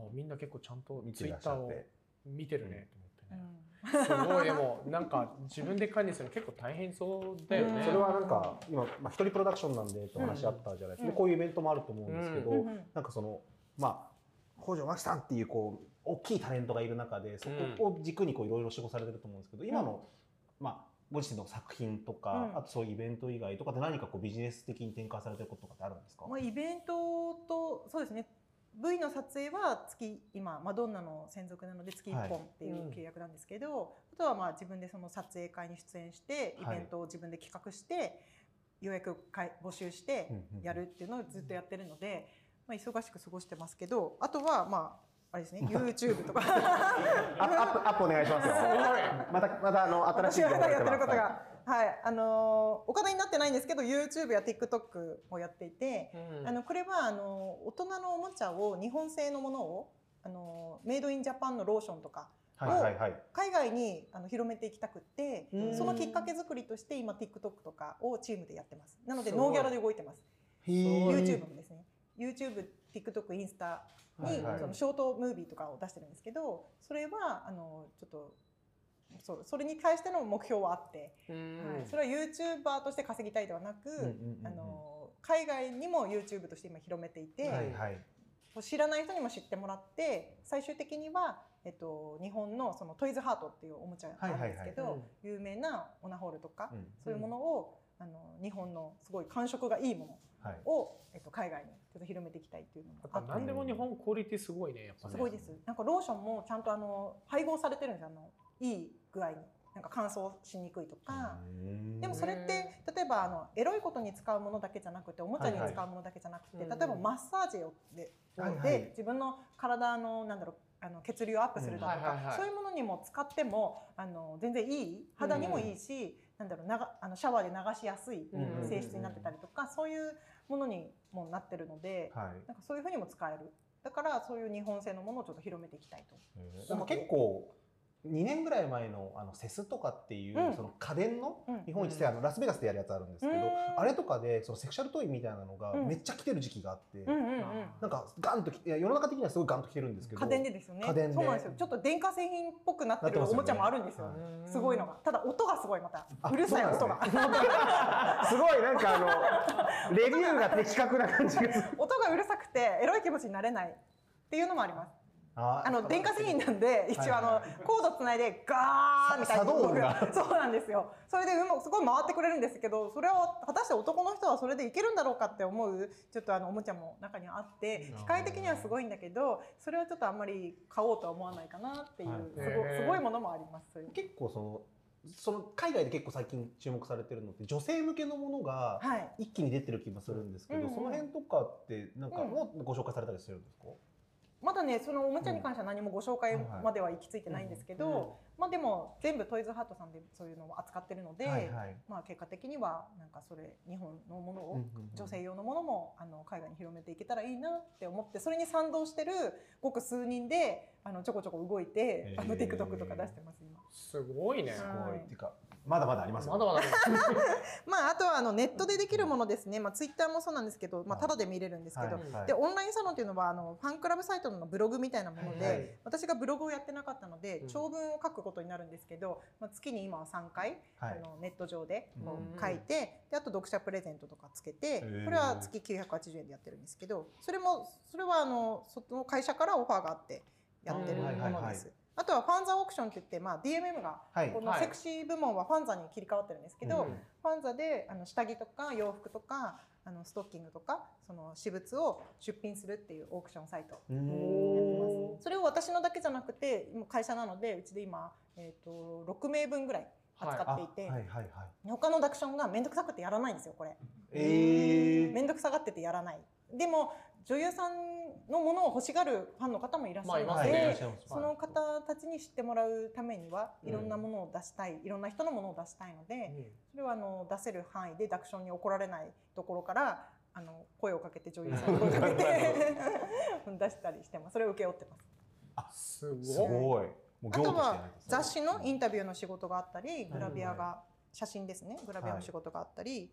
Speaker 1: もうみんな結構ちゃんと
Speaker 2: 見て
Speaker 1: ツイッターを
Speaker 2: らっしゃって
Speaker 1: 見てるねと思ってね。
Speaker 3: うん
Speaker 1: すごいでもなんか自分で管理するの結構大変そうだよね。
Speaker 2: それはなんか今、まあ、一人プロダクションなんでとお話あったじゃないですか、でこういうイベントもあると思うんですけど、
Speaker 3: うんうん
Speaker 2: なんかそのまあ北条真希さんっていうこう大きいタレントがいる中でそこを軸にこういろいろ仕事されてると思うんですけど、今の、まあご自身の作品とか、
Speaker 3: うん
Speaker 2: あとそういうイベント以外とかで何かこうビジネス的に展開されてることとかってあるんですか？
Speaker 3: まあ、イベントとそうですね ブイ の撮影は月今マドンナの専属なので月いっぽんっていう契約なんですけど、あとはまあ自分でその撮影会に出演してイベントを自分で企画して予約会募集してやるっていうのをずっとやってるので、まあ、忙しく過ごしてますけど、あとはまああれですね YouTube とか
Speaker 2: アップアップお願いしますよ。またまたあの新しい
Speaker 3: 私がやってることが、はい、あのお金になってないんですけど YouTube や TikTok をやっていて、
Speaker 1: うん
Speaker 3: あのこれはあの大人のおもちゃを日本製のものをあのメイドインジャパンのローションとかを
Speaker 2: はいはいはい
Speaker 3: 海外にあの広めていきたくって、
Speaker 1: うん
Speaker 3: そのきっかけ作りとして今 TikTok とかをチームでやってます。なのです
Speaker 1: ごい
Speaker 3: ノーギャラで動いてます。
Speaker 2: へー
Speaker 3: YouTube もですね YouTube、TikTok、インスタに
Speaker 2: はいはい
Speaker 3: そのショートムービーとかを出してるんですけど、それはあのちょっとそうそれに対しての目標はあって、
Speaker 1: うん
Speaker 3: はい、それは YouTuber として稼ぎたいではなく、
Speaker 2: うんうんうんうん
Speaker 3: あの海外にも YouTube として今広めていて、
Speaker 2: はいはい
Speaker 3: 知らない人にも知ってもらって最終的には、えっと、日本のそのトイズハートっていうおもちゃがあるんですけど、
Speaker 1: はいはいはい
Speaker 3: 有名なオナホールとか、
Speaker 2: うん
Speaker 3: そういうものをあの日本のすごい感触がいいも
Speaker 2: はい
Speaker 3: のを、えっと、海外にちょっと広めていきたいっていうのも
Speaker 1: やっ
Speaker 3: あって、
Speaker 1: ぱ何でも日本クオリティすごいねやっぱね。
Speaker 3: すごいです。なんかローションもちゃんとあの配合されてるんですよ、あのいい具合に。なんか乾燥しにくいとか。でもそれって例えばあのエロいことに使うものだけじゃなくておもちゃに使うものだけじゃなくて、
Speaker 1: はいはい
Speaker 3: 例えばマッサージをで、
Speaker 2: はいはい
Speaker 3: で自分の体のなんだろうあの血流をアップするだとか、
Speaker 1: うんはいはいはい
Speaker 3: そういうものにも使ってもあの全然いい肌にもいいし、なんだろうながあのシャワーで流しやすい
Speaker 1: うん
Speaker 3: 性質になってたりとか、そういうものにもなってるので、
Speaker 2: はい
Speaker 3: なんかそういうふうにも使える。だからそういう日本製のものをちょっと広めていきたいと。
Speaker 2: なんか結構にねんぐらい前のあのセスとかっていう、
Speaker 3: うん
Speaker 2: その家電の
Speaker 3: うん
Speaker 2: 日本一であのラスベガスでやるやつあるんですけど、
Speaker 3: うん
Speaker 2: あれとかでそのセクシャルトイみたいなのが
Speaker 3: うん
Speaker 2: めっちゃ来てる時期があって、
Speaker 3: うんうんうん。
Speaker 2: なんかガンときいや世の中的にはすごいガンと来てるんですけど、
Speaker 3: 家電でですよね。
Speaker 2: 家電で
Speaker 3: そうなんですよ。ちょっと電化製品っぽくなってる
Speaker 2: なってますよね
Speaker 3: おもちゃもあるんですよ。
Speaker 1: うん
Speaker 3: すごいのが。ただ音がすごいまた
Speaker 2: あ
Speaker 3: うるさい音
Speaker 2: そうなんですね
Speaker 3: が。
Speaker 2: すごいなんかあのレビューが的確な感じがする。
Speaker 3: 音がうるさくてエロい気持ちになれないっていうのもあります。
Speaker 2: あ
Speaker 3: あの電化製品なんで一応あのコードつないでガーみたいな
Speaker 2: 作動音が
Speaker 3: そうなんですよ。それでうますごい回ってくれるんですけど、それを果たして男の人はそれでいけるんだろうかって思うちょっとあのおもちゃも中にはあって機械的にはすごいんだけど、それはちょっとあんまり買おうとは思わないかなっていう
Speaker 2: はい
Speaker 3: すごすごいものもあります。そういう
Speaker 2: 結構そのその海外で結構最近注目されてるのって女性向けのものが
Speaker 3: はい。
Speaker 2: 一気に出てる気もするんですけど、
Speaker 3: うんうん
Speaker 2: その辺とかってなんかもご紹介されたりするんですか？
Speaker 3: まだねそのおもちゃに関しては何もご紹介までは行き着いてないんですけど、
Speaker 1: うんうん
Speaker 3: まあでも全部トイズハートさんでそういうのを扱ってるので、
Speaker 2: はいはい
Speaker 3: まあ結果的にはなんかそれ日本のものを、
Speaker 2: うんうんうん
Speaker 3: 女性用のものもあの海外に広めていけたらいいなって思って、それに賛同してるごく数人であのちょこちょこ動いて、
Speaker 2: へー
Speaker 3: あの TikTok とか出してます今。
Speaker 1: すごいね。
Speaker 2: す
Speaker 3: はい
Speaker 2: ごいっていうかまだまだありますよ
Speaker 1: まだまだ。
Speaker 3: まああとはあのネットでできるものですね。まあツイッターもそうなんですけど、まあ
Speaker 2: はい
Speaker 3: タダで見れるんですけど、
Speaker 2: はいはい
Speaker 3: でオンラインサロンっていうのはあのファンクラブサイトのブログみたいなもので、
Speaker 1: はいはい
Speaker 3: 私がブログをやってなかったので
Speaker 1: うん
Speaker 3: 長文を書くことになるんですけど、まあ、月に今はさんかい、
Speaker 2: はい
Speaker 3: あのネット上でこ
Speaker 1: うん
Speaker 3: う書いて、であと読者プレゼントとかつけて、
Speaker 2: ー
Speaker 3: これは月きゅうひゃくはちじゅうえんでやってるんですけど、それもそれはあのその会社からオファーがあってやってるも
Speaker 2: はいはいはい
Speaker 3: のです。あとはファンザオークションって言って、まあ、ディーエムエム が
Speaker 2: はい
Speaker 3: このセクシー部門はファンザに切り替わってるんですけど、
Speaker 2: うん
Speaker 3: ファンザであの下着とか洋服とかあのストッキングとかその私物を出品するっていうオークションサイト
Speaker 2: うーん
Speaker 3: やってます。それを私のだけじゃなくて今会社なのでうちで今、えー、とろくめいぶんぐらい扱っていて、
Speaker 2: あはいはいはい
Speaker 3: 他のダクションが面倒くさくてやらないんですよこれ。
Speaker 2: えー
Speaker 3: 面倒くさがっててやらない。でも女優さんのものを欲しそるファンの方もいらっしゃるの
Speaker 1: まあ
Speaker 3: で、
Speaker 2: いらっしゃいます
Speaker 3: その方たちに知ってもらうためにはいろんなものを出したい、いろんな人のものを出したいので、それはあの出せる範囲でダクションに怒られないところからあの声をかけて女優さんに声をかけて出したりしてます。それを請け負ってます。
Speaker 1: すごい。
Speaker 2: すごいもう
Speaker 3: あと
Speaker 2: 業としてや
Speaker 3: は
Speaker 2: るんですね
Speaker 3: 雑誌のインタビューの仕事があったり、グラビアが写真ですね、グラビアの仕事があったり、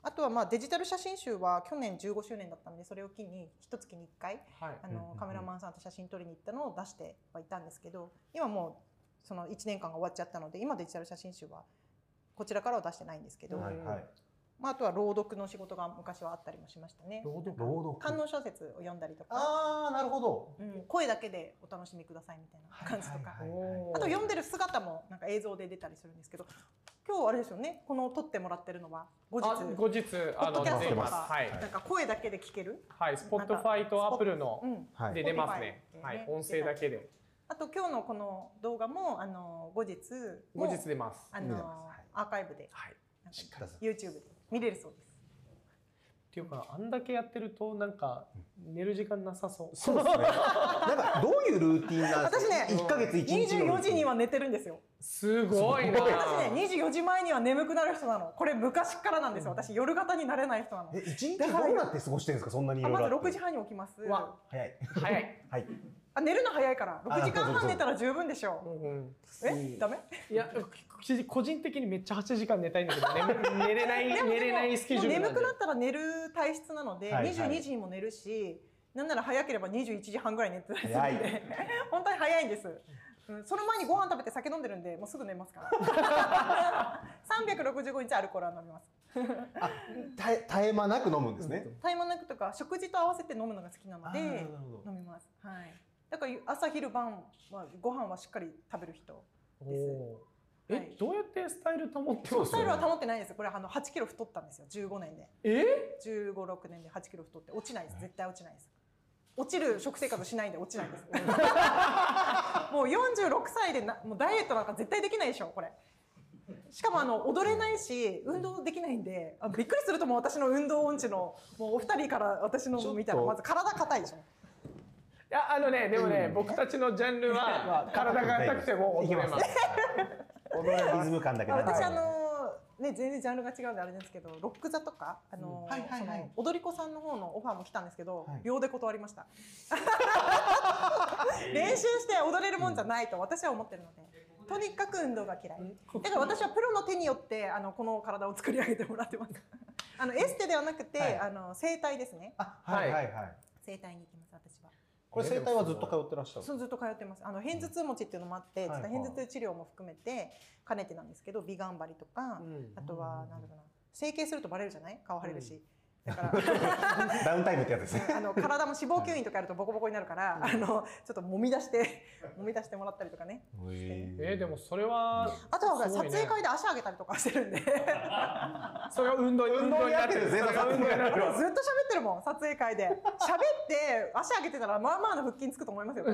Speaker 3: あとはまあデジタル写真集は去年じゅうごしゅうねんだったので、それを機に一月にいっかい、
Speaker 1: はい、
Speaker 3: あのカメラマンさんと写真撮りに行ったのを出してはいたんですけど、今もうそのいちねんかんが終わっちゃったので、今デジタル写真集はこちらからは出してないんですけど、
Speaker 2: はいはい、
Speaker 3: まあ、あとは朗読の仕事が昔はあったりもしましたね。
Speaker 2: 朗読朗読
Speaker 3: 観音小説を読んだりとか、
Speaker 2: ああなるほど、
Speaker 3: うん、声だけでお楽しみくださいみたいな感じとか、
Speaker 2: はいはいはいはい、
Speaker 3: あと読んでる姿もなんか映像で出たりするんですけど、今日あれですよね、この撮ってもらってるのは後日
Speaker 1: 後日
Speaker 3: ポッドキャストとか、
Speaker 1: はい、
Speaker 3: なんか声だけで聞ける、
Speaker 1: はい、Spotify と Apple ので出ますね、
Speaker 3: うん、
Speaker 1: はい、音声だけで。
Speaker 3: あと今日のこの動画もあの後日
Speaker 1: 後日出ます。
Speaker 3: あのアーカイブで、
Speaker 1: はい、
Speaker 3: YouTube で見れるそうです。
Speaker 1: っていうか、あんだけやってるとなんか寝る時間なさそう。
Speaker 2: そうですね。なんかどういうルーティンなんですか。
Speaker 3: 私ね、
Speaker 2: いっかげついちにち
Speaker 3: にじゅうよじには寝てるんですよ。
Speaker 1: すごいな。
Speaker 3: 私ね、にじゅうよじまえには眠くなる人なの。これ昔からなんですよ。私夜型になれない人なの。
Speaker 2: え、一日どうやって過ごしてるんですか。そんなにいろいろ。
Speaker 3: まずろくじはんに起きます。
Speaker 1: わ、
Speaker 2: 早い。
Speaker 1: 早い。
Speaker 2: はい。
Speaker 3: あ、寝るの早いからろくじかんはん寝たら十分でしょう。
Speaker 1: うん、
Speaker 3: え、ダメ？
Speaker 1: いや、個人的にめっちゃはちじかん寝たいんだけど、寝, 寝れない寝れないスケジュールなんで。
Speaker 3: 眠くなったら寝る体質なので、にじゅうにじにも寝るし、なんなら早ければにじゅういちじはんぐらい寝てたりするんで、本当に早いんです。うん、その前にご飯食べて酒飲んでるんで、もうすぐ寝ますから。さんびゃくろくじゅうごにちアルコールは飲みます。
Speaker 2: あ、絶え間なく飲むんですね。
Speaker 3: 絶え間なくとか、食事と合わせて飲むのが好きなので飲みます。はい。だから朝昼晩はご飯はしっかり食べる人です。
Speaker 1: え、はい、どうやってスタイル保ってますか？
Speaker 3: スタイルは保ってないです。これあのはちキロ太ったんですよ。じゅうごねんで。
Speaker 1: え？
Speaker 3: じゅうご、ろくねんではちキロ太って落ちないです。絶対落ちないです。落ちる食生活しないんで落ちないです。もうよんじゅうろくさいでなもうダイエットなんか絶対できないでしょこれ。しかもあの踊れないし運動できないんで、あびっくりするともう私の運動音痴のもうお二人から私の見たらまず体硬いでしょ。
Speaker 1: いやあのねでもね、うん、僕たちのジャンルは体が硬くても踊れます。
Speaker 2: 踊れるリズム感だけど。
Speaker 3: 私あのね全然ジャンルが違うんであれですけど、ロック座とかあの踊り子さんの方のオファーも来たんですけど、はい、秒で断りました。練習して踊れるもんじゃないと私は思ってるので、とにかく運動が嫌い。だから私はプロの手によってあのこの体を作り上げてもらってます。あのエステではなくて、はい、あの整体ですね。
Speaker 2: あ、はいはいはい。
Speaker 3: 整体に行きます私は。
Speaker 2: これ整体はずっと通ってらっしゃる？
Speaker 3: そうずっと通ってます。あの片頭痛持ちっていうのもあって、片頭痛治療も含めて兼ねてなんですけど、美顔張りとか、うん、あとはなんだろうな、整形するとバレるじゃない？顔腫れるし。うん、だから
Speaker 2: ダウンタイムってやつですね。
Speaker 3: あの体も脂肪吸引とかやるとボコボコになるから、うん、あのちょっと揉み出して揉み出してもらったりとかね。
Speaker 1: えー、でもそれは
Speaker 3: あとは撮影会で足上げたりとかしてるんで。
Speaker 1: それは運動運動になってる。ずっと喋
Speaker 3: ってるもん撮影会で。喋って足上げてたらまあまあの腹筋つくと思いますよ。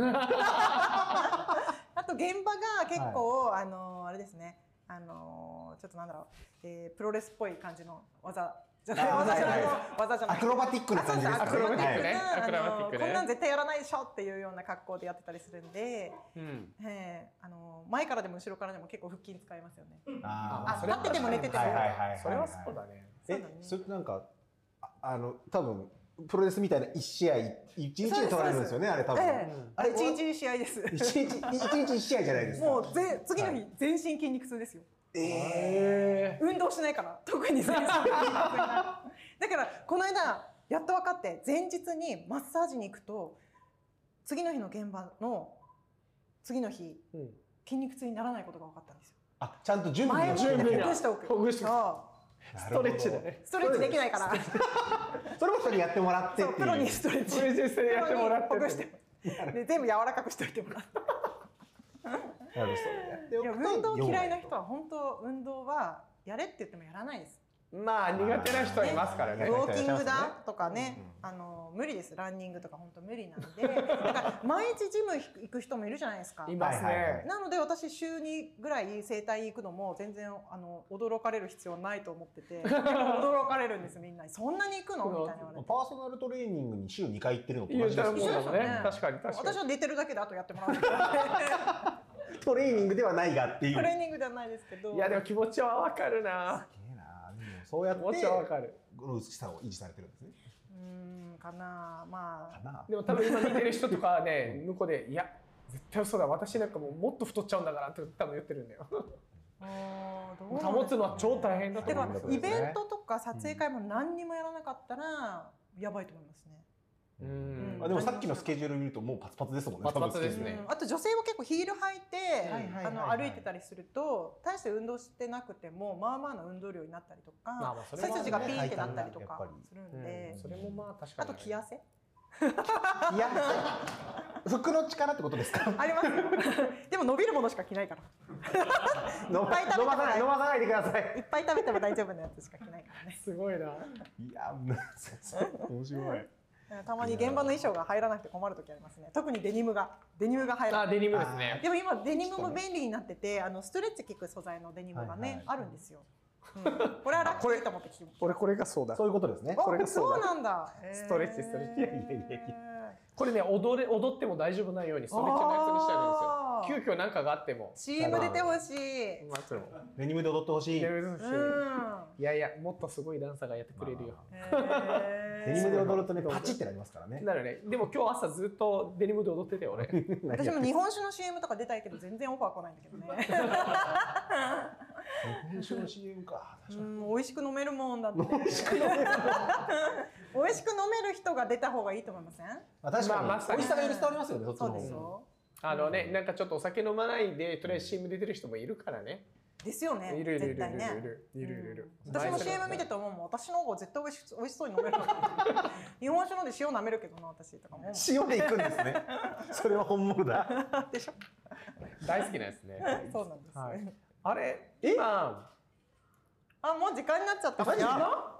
Speaker 3: あと現場が結構、はい、あのあれですね。あのちょっとなんだろう、えー、プロレスっぽい感じの技。じゃない技じゃない技じゃない
Speaker 2: アクロバティックな感じですかね。
Speaker 3: アクロバティックな、アクロバティックね、こんなん絶対やらないでしょっていうような格好でやってたりするんで、うん、えー、あの前からでも後ろからでも結構腹筋使いますよね。ああ、立ってても寝てても。
Speaker 1: それはそうだね。
Speaker 2: え、それってなんかあの多分プロレスみたいな一試合一日で取られるんですよね、あれ多分。
Speaker 3: あれ一日試合です。
Speaker 2: 一日一日一試合じゃないですか。
Speaker 3: もうぜ次の日全身筋肉痛ですよ。
Speaker 2: え
Speaker 3: ー、運動しないから特に全身筋肉痛だからこの間やっと分かって、前日にマッサージに行くと次の日の現場の次の日、うん、筋肉痛にならないことが分かったんですよ。
Speaker 2: あ、ちゃんと準備をして
Speaker 3: ほぐしておく。ほぐして
Speaker 1: ストレッチだね。
Speaker 3: ストレッチできないから。
Speaker 2: それも人にやってもらってっていう。
Speaker 3: プロにストレッチ。
Speaker 1: プロにストレッチやってもらって。
Speaker 3: ほぐして。で全部柔らかくしておいてもらって。いや運動嫌いな人は本当運動はやれって言ってもやらないです。
Speaker 1: まあ苦手な人はいますからね。
Speaker 3: ウォーキングだとかね、あの無理です。ランニングとか本当無理なんで、だから毎日ジム行く人もいるじゃないですか。
Speaker 1: いますね。
Speaker 3: なので私週にぐらい整体行くのも全然あの驚かれる必要ないと思ってて、驚かれるんですみんなに。そんなに行くのみたいな言われて。
Speaker 2: パーソナルトレーニングに週にかい行ってるのと
Speaker 1: 同じですよね。確かに確かに。
Speaker 3: 私は寝てるだけであとやってもらう。
Speaker 2: トレーニングではないがっていう。
Speaker 3: トレーニングではないですけど。
Speaker 1: いやでも気持ちはわかるな。
Speaker 2: すげえな。でもそうやって
Speaker 1: 気持ちはわかる。
Speaker 2: この美しさを維持されてるんですね。
Speaker 3: うんかな、まあ。
Speaker 2: かな。
Speaker 1: でも多分今見てる人とかはね、向こうでいや絶対嘘だ、私なんかもうもっと太っちゃうんだからって多分言ってるんだよ。保つのは超大変だと思うんですよね。
Speaker 3: イベントとかか撮影会も何にもやらなかったらやばいと思いますね。
Speaker 1: うん、
Speaker 2: あでもさっきのスケジュール見るともうパツパツですもんね。
Speaker 1: パツパツですね。
Speaker 3: うん、あと女性は結構ヒール履いてあの歩いてたりすると大して運動してなくてもまあまあの運動量になったりとか、背筋がピーってなったりとかするんで、
Speaker 1: それもまあ確かに。
Speaker 3: あと気汗。
Speaker 2: いや服の力ってことですか？
Speaker 3: ありますよ。でも伸びるものしか着ないから。
Speaker 2: 飲まない飲まないでください。
Speaker 3: いっぱい食べても大丈夫なやつしか着ないからね。
Speaker 1: すごいな。
Speaker 2: いや面白い。
Speaker 3: たまに現場の衣装が入らなくて困る時ありますね。特にデニムがデニムが入らない。
Speaker 1: あデニムですね。
Speaker 3: でも今デニムも便利になってて、あのストレッチ効く素材のデニムがねあるんですよ。これはラッキーと思って着てます。
Speaker 1: 俺これがそうだ。
Speaker 2: そういうことですね。
Speaker 1: これが
Speaker 3: そうなんだ。
Speaker 1: ストレッチストレッチ。
Speaker 2: いやいやいやいや。
Speaker 1: これね踊れ踊っても大丈夫なようにストレッチのやつにしてあるんですよ。急遽なんかがあっても。
Speaker 3: チーム出てほしい。
Speaker 2: デニムで踊ってほしい。
Speaker 1: いやいやもっとすごいダンサーがやってくれるよ。
Speaker 2: デニムで踊るとねパチってなりますからね。
Speaker 1: なるね。でも今日朝ずっとデニムで踊ってて俺。
Speaker 3: 私も日本酒の シーエム とか出たいけど全然オファー来ないんだけどね。
Speaker 2: 日本酒の シーエム か。
Speaker 3: うん、美味しく飲めるもんだって。美味しく飲める人が出た方がいいと思いません？
Speaker 2: 確かに。美味しさがより伝わりますよね。そっちの
Speaker 3: そうですよ。
Speaker 1: あのね、なんかちょっとお酒飲まないでとりあえず シーエム 出てる人もいるからね。
Speaker 3: ですよね。
Speaker 1: いるいるいるいるい
Speaker 3: 絶対ね。
Speaker 1: るいるいるいる。
Speaker 3: 私も シーエム 見てて思うもん。私の方が絶対美味し美味しそうに飲める。日本酒飲んで塩舐めるけどな私とかも。
Speaker 2: 塩でいくんですね。それは本物だ。
Speaker 3: でしょ。
Speaker 1: 大好きなやつね。
Speaker 3: そうなんです。
Speaker 1: はい、あれ今
Speaker 3: あもう時間になっちゃった。
Speaker 1: マジか？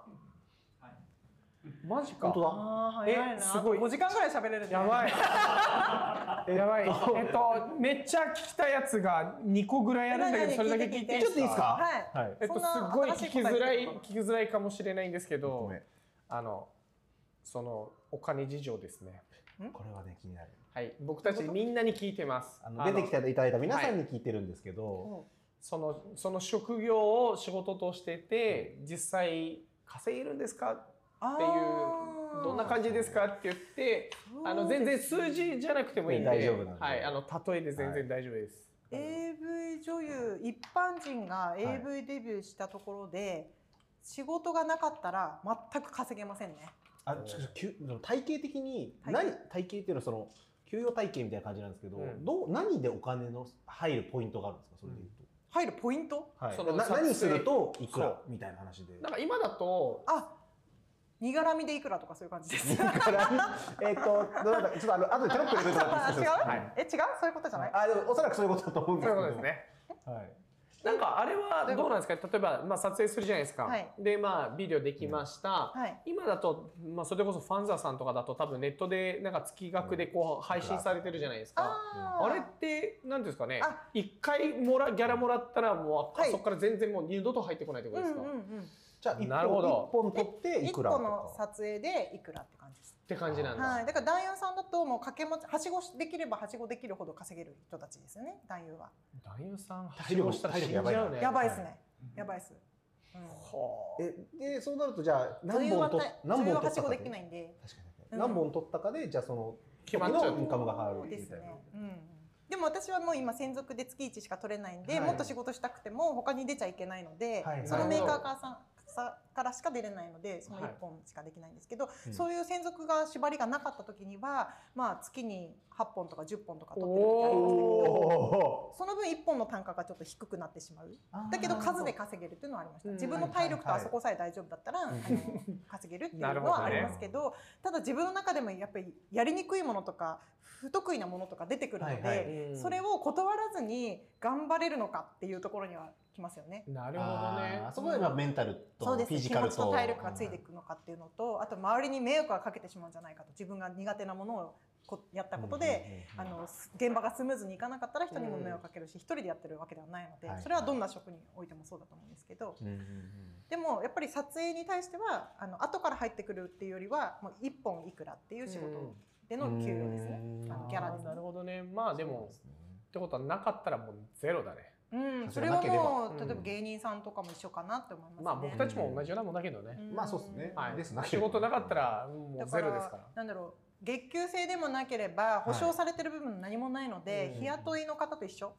Speaker 1: マジか。
Speaker 2: 本当だ。
Speaker 3: あ早いな。
Speaker 1: すごい。
Speaker 3: ごじかんぐらい喋れる。
Speaker 1: やばい。やばい。えっとめっちゃ聞きたいやつがにこぐらいあるんだけどそれだけ聞いていいですか？
Speaker 2: ちょっといいですか？
Speaker 3: はい。
Speaker 1: えっとすごい聞きづらい聞きづらいかもしれないんですけど、あのそのお金事情ですね。
Speaker 2: これはね気になる。
Speaker 1: はい。僕たちみんなに聞いてます。
Speaker 2: あの出てきていただいた皆さんに聞いてるんですけど、
Speaker 1: そのその職業を仕事としてて実際稼げるんですかっていうどんな感じですかって言ってあの全然数字じゃなくてもいいんで、
Speaker 2: 大丈夫なんで、
Speaker 1: はい、あの例えで全然大丈夫です。
Speaker 3: エーブイ 女優一般人が エーブイ デビューしたところで仕事がなかったら全く稼げませんね。
Speaker 2: あちょっと体系的に何体系っていうのはその給与体系みたいな感じなんですけど、うん、どう何でお金の入るポイントがあるんですかそれでいうと。
Speaker 3: 入るポイント？
Speaker 2: はい、その何するといくらみたいな話で。
Speaker 1: なんか今だと
Speaker 3: あにがらみでいくらとかそういう感じです。
Speaker 2: えっとどうだちょっとあの後でテロップ入れてもらっていいですか？
Speaker 3: 違う？え違うそういうことじゃない？
Speaker 2: あでもおそらくそういうことだと思うんですけど。
Speaker 1: そういうことですね。
Speaker 2: はい。
Speaker 1: なんかあれはどうなんですか？例えばまあ撮影するじゃないですか。はい、でまあビデオできました。はい、今だとまあそれこそファンザさんとかだと多分ネットでなんか月額でこう配信されてるじゃないですか。あ, あれってなんですかね？一回もらギャラもらったらもう、はい、そこから全然もう二度と入ってこないってことですか？うんうんうん、
Speaker 2: じゃあなるほど。一本取っていくらとか。
Speaker 3: 一個の撮影でいくらって感じです。
Speaker 1: って感じなんだ。
Speaker 3: はい。だから男優さんだともう掛け持ちはしごできればはしごできるほど稼げる人たちですよね。男優は。
Speaker 1: 男優さんはしごしたら死んじゃうね。
Speaker 3: やばいですね。やばいです。
Speaker 2: えでそうなるとじゃあ何本と何本
Speaker 3: はしごできないんで。
Speaker 2: 確かに何本取ったかでじゃあその決まっちゃうインカムが入るみたいな。ですね。うん。
Speaker 3: でも私はもう今専属で月いちしか取れないんで、もっと仕事したくても他に出ちゃいけないので、そのメーカーさんからしか出れないのでそのいっぽんしかできないんですけど、はい、そういう専属が縛りがなかった時には、まあ、月にはっぽんとかじゅっぽんとか取ってる時ありますけどその分いっぽんの単価がちょっと低くなってしまうだけど数で稼げるっていうのはありました。自分の体力とあそこさえ大丈夫だったら、はいはい、あの稼げるっていうのはありますけど、ね、ただ自分の中でもやっぱりやりにくいものとか不得意なものとか出てくるので、はいはい、それを断らずに頑張れるのかっていうところにはきますよね。
Speaker 1: なるほどね。
Speaker 2: そこでメンタルとフィジカルと
Speaker 3: 気持ちと体力がついていくのかっていうのと、あと周りに迷惑がかけてしまうんじゃないかと、自分が苦手なものをこやったことで、あの現場がスムーズにいかなかったら人にも迷惑かけるし、一人でやってるわけではないので、それはどんな職においてもそうだと思うんですけど、でもやっぱり撮影に対してはあの後から入ってくるっていうよりはもういっぽんいくらっていう仕事での給与ですね。あのギャラですね。
Speaker 1: なるほどね。まあでもってことはなかったらもうゼロだね。
Speaker 3: うん、それはもう例えば芸人さんとかも一緒かなって思いますね。
Speaker 1: まあ僕たちも同じようなもんだけどね。
Speaker 2: まあそうですね。
Speaker 1: はい。仕事なかったらもうゼロですから。
Speaker 3: なんだろう、月給制でもなければ保証されてる部分何もないので、日雇いの方と一緒。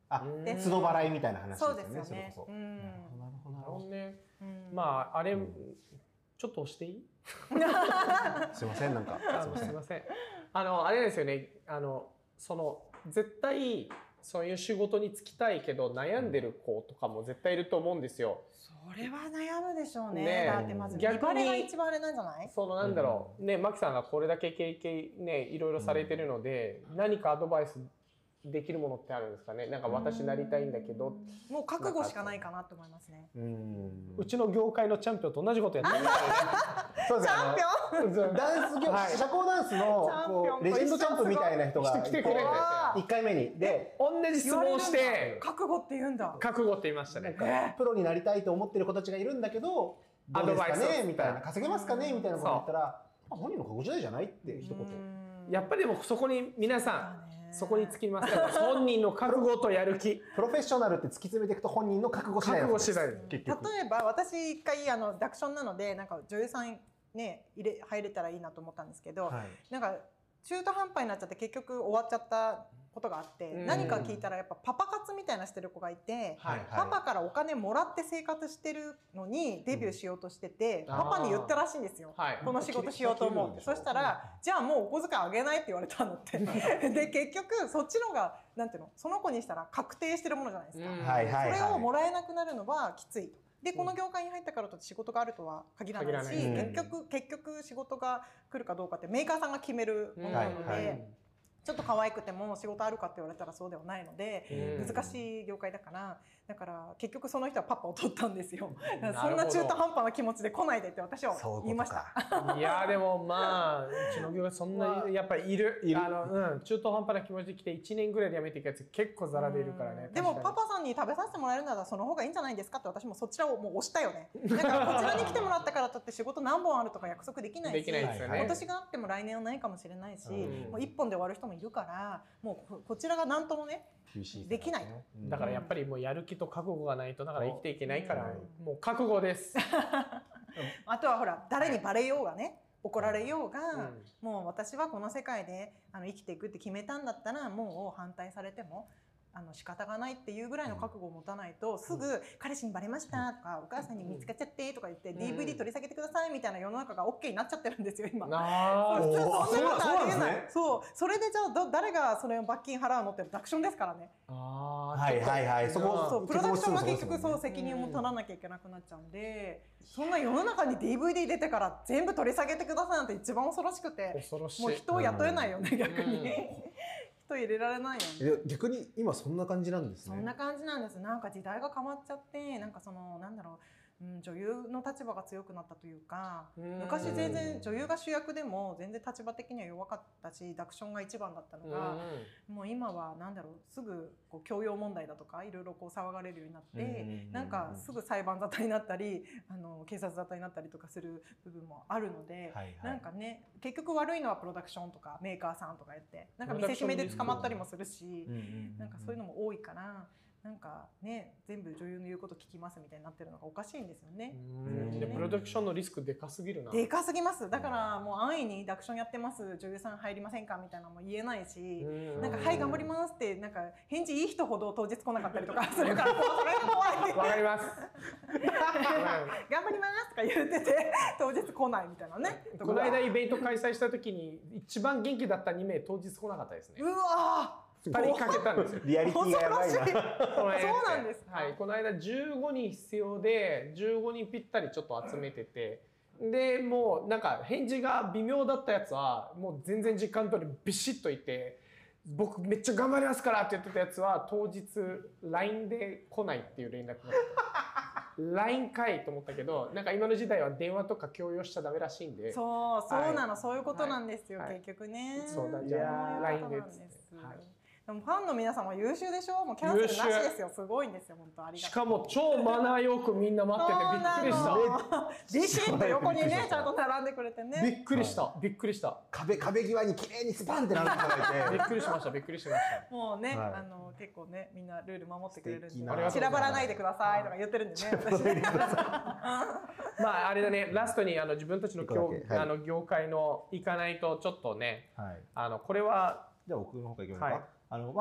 Speaker 2: あ、
Speaker 3: で
Speaker 2: 都度払いみたいな話ですよね。
Speaker 3: そうですよね。
Speaker 2: それこそ。
Speaker 3: うん
Speaker 1: なるほどね。
Speaker 3: うん
Speaker 1: まああれ、
Speaker 2: うん
Speaker 1: ちょっと押していい？
Speaker 2: すいませんなんか。
Speaker 1: あのすみません。あのあれですよね。あのその絶対そういう仕事に就きたいけど悩んでる子とかも絶対いると思うんですよ。
Speaker 3: それは悩むでしょうね。
Speaker 1: ねえ
Speaker 3: だってまず見
Speaker 1: 逆に
Speaker 3: バレが一番あれなんじゃない？
Speaker 1: そのなんだろう、ね、マキさんがこれだけ経験ねいろいろされてるので、何かアドバイスできるものってあるんですかね。なんか私なりたいんだけど、
Speaker 3: もう覚悟しかないかなと思いますね。
Speaker 2: うん。
Speaker 1: うちの業界のチャンピオンと同じことやってるみたい
Speaker 2: そうです
Speaker 3: チャンピオン。
Speaker 2: ね。ダンス業、
Speaker 1: はい
Speaker 2: 社交ダンスのこうレジェンドチャンプみたいな人が
Speaker 1: 来てくれて
Speaker 2: いっかいめにで
Speaker 1: 同じ質問をして
Speaker 3: 覚悟って言うんだ。
Speaker 1: 覚悟って言いましたね。
Speaker 2: プロになりたいと思ってる子たちがいるんだけど、どうですか
Speaker 1: アドバイスを
Speaker 2: ねみたいな、稼げますかねみたいなこと言ったら、あ本人の覚悟次第じゃないって一言。
Speaker 1: やっぱりでもそこに皆さ
Speaker 3: そうだね
Speaker 1: んそこに尽きますから本人の覚悟とやる気。
Speaker 2: プロフェッショナルって突き詰めていくと本人の覚悟次第
Speaker 1: 覚悟次第
Speaker 2: 結局。
Speaker 3: 例えば私一回あのダクションなのでなんか女優さんね入れ入れたらいいなと思ったんですけど、
Speaker 2: はい
Speaker 3: なんか中途半端になっちゃって結局終わっちゃったことがあって、
Speaker 1: うん
Speaker 3: 何か聞いたらやっぱパパ活みたいなしてる子がいて、
Speaker 1: はい
Speaker 3: パパからお金もらって生活してるのにデビューしようとしてて、
Speaker 1: うん
Speaker 3: パパに言ったらしいんですよ、
Speaker 1: はい
Speaker 3: この仕事しようと思うって。そしたら、じゃあもうお小遣いあげないって言われたのってで結局そっちのがなんていうのその子にしたら確定してるものじゃないですか、
Speaker 1: うん
Speaker 2: はいはいはい。
Speaker 3: それをもらえなくなるのはきついと。でこの業界に入ったからといって仕事があるとは限らないし、
Speaker 1: 限らない
Speaker 3: 結局結局仕事が来るかどうかってメーカーさんが決めるものなので、
Speaker 2: はいはい
Speaker 3: ちょっと可愛くても仕事あるかって言われたらそうではないので、
Speaker 1: うん
Speaker 3: 難しい業界だからだから結局その人はパパを取ったんですよ。だからそん
Speaker 1: なるほど
Speaker 3: な中途半端な気持ちで来ないでって私は言いました。
Speaker 1: いやでもまあうちの業界そんなにやっぱりいる
Speaker 2: いる
Speaker 1: あの、うん、中途半端な気持ちで来ていちねんぐらいで辞めていくやつ結構ザラでいるからね。
Speaker 3: でも
Speaker 1: 確かに
Speaker 3: パパさんに食べさせてもらえるならその方がいいんじゃないですかって私もそちらをもう押したよね。だからこちらに来てもらったからといって仕事何本あるとか約束できないし、
Speaker 1: できないですよね。
Speaker 3: 今年があっても来年はないかもしれないし、
Speaker 1: うん
Speaker 3: もう一本で終わる人もいるからもうここちらが何ともね
Speaker 2: 厳しい
Speaker 3: できないと。
Speaker 2: うん
Speaker 1: だからやっぱりもうやる気と覚悟がないとだから生きていけないから
Speaker 3: うん
Speaker 1: もう覚悟です。
Speaker 3: あとはほら誰にバレようがね怒られようが、
Speaker 1: うん
Speaker 3: もう私はこの世界であの生きていくって決めたんだったらもう反対されてもあの仕方がないっていうぐらいの覚悟を持たないと、すぐ彼氏にバレましたとか、お母さんに見つかっちゃってとか言って、
Speaker 1: うん
Speaker 3: ディーブイディー 取り下げてくださいみたいな世の中が OK になっちゃってるんですよ今。
Speaker 1: あ
Speaker 3: 普通
Speaker 2: おー
Speaker 3: そんなことありえない。
Speaker 2: そうなんですね
Speaker 3: そう、それでじゃあど誰がそれを罰金払うのってダクションですからね。
Speaker 1: あー
Speaker 2: はいはいはいそこ
Speaker 3: そうプロダクションが結局
Speaker 2: 結局
Speaker 3: そう責任を取らなきゃいけなくなっちゃうんで、そんな世の中に ディーブイディー 出てから全部取り下げてくださいなんて一番恐ろしくて、
Speaker 1: 恐ろしい。
Speaker 3: もう人を雇えないよね、逆に、
Speaker 1: うん
Speaker 3: 人入れられないよね。
Speaker 2: で逆に今そんな感じなんですね。
Speaker 3: そんな感じなんです。なんか時代が変わっちゃってなんかそのなんだろう、うん、女優の立場が強くなったというか、
Speaker 1: うん
Speaker 3: 昔全然女優が主役でも全然立場的には弱かったしダクションが一番だったのが、もう今はなんだろうすぐこう教養問題だとかいろいろこう騒がれるようになって、なんかすぐ裁判沙汰になったりあの警察沙汰になったりとかする部分もあるので、
Speaker 2: はいはい
Speaker 3: なんかね結局悪いのはプロダクションとかメーカーさんとか言ってなんか見せしめで捕まったりもするし、なんかそういうのも多いからなんかね全部女優の言うこと聞きますみたいになってるのがおかしいんですよね。
Speaker 1: うんでプロダクションのリスクでかすぎるな。
Speaker 3: でかすぎます。だからもう安易にダクションやってます女優さん入りませんかみたいなのも言えないし、
Speaker 1: うん
Speaker 3: なんかはい頑張りますってなんか返事いい人ほど当日来なかったりとかするからもうそれが怖い。
Speaker 1: わかります。
Speaker 3: 頑張りますとか言ってて当日来ないみたいなね。
Speaker 1: この間イベント開催した時に一番元気だったにめい当日来なかったですね
Speaker 3: う。わ
Speaker 1: ふたりかけたんですよ。
Speaker 2: リアリティがやばいな。
Speaker 3: 恐ろしい。
Speaker 1: この間
Speaker 3: そうなんですか
Speaker 1: はい、この間じゅうごにん必要でじゅうごにんぴったりちょっと集めてて、でもうなんか返事が微妙だったやつはもう全然時間通りビシッといて、僕めっちゃ頑張りますからって言ってたやつは当日 ライン で来ないっていう連絡が来た。ライン かいと思ったけど、なんか今の時代は電話とか共有しちゃダメらしいんで。
Speaker 3: そうそうなの、
Speaker 1: はい
Speaker 3: そういうことなんですよ、
Speaker 1: はい
Speaker 3: 結局ね。
Speaker 1: そうだ
Speaker 3: い
Speaker 1: じゃあ
Speaker 3: やー
Speaker 1: ライン で
Speaker 3: そうなんです
Speaker 1: はい
Speaker 3: でもファンの皆さんは優秀でしょ。もうキャンセルなしですよ。すごいんですよ本当ありがとう。
Speaker 1: しかも超マナーよくみんな待っててびっくりした。
Speaker 3: た。ビシッと横に
Speaker 2: びっくりしました
Speaker 3: ねちゃんと並んでくれて
Speaker 1: び
Speaker 3: ね。
Speaker 1: っくりした。びっくりした。
Speaker 2: 壁壁際に綺麗にスパンってなっていただい
Speaker 1: びってくりしました。びっくりしました。
Speaker 3: もうね、
Speaker 2: はい
Speaker 3: あの結構ねみんなルール守ってくれるんで
Speaker 2: 素敵な
Speaker 3: 散らばらないでくださいとか言ってるんでね。私ね
Speaker 1: まああれだね、ラストにあの自分たちの業,、
Speaker 2: 一個だけはい
Speaker 1: あの業界の行かないとちょっとね、
Speaker 2: はい。
Speaker 1: あのこれは
Speaker 2: じゃあ僕の方からいきますか。
Speaker 1: はい
Speaker 2: あのまあ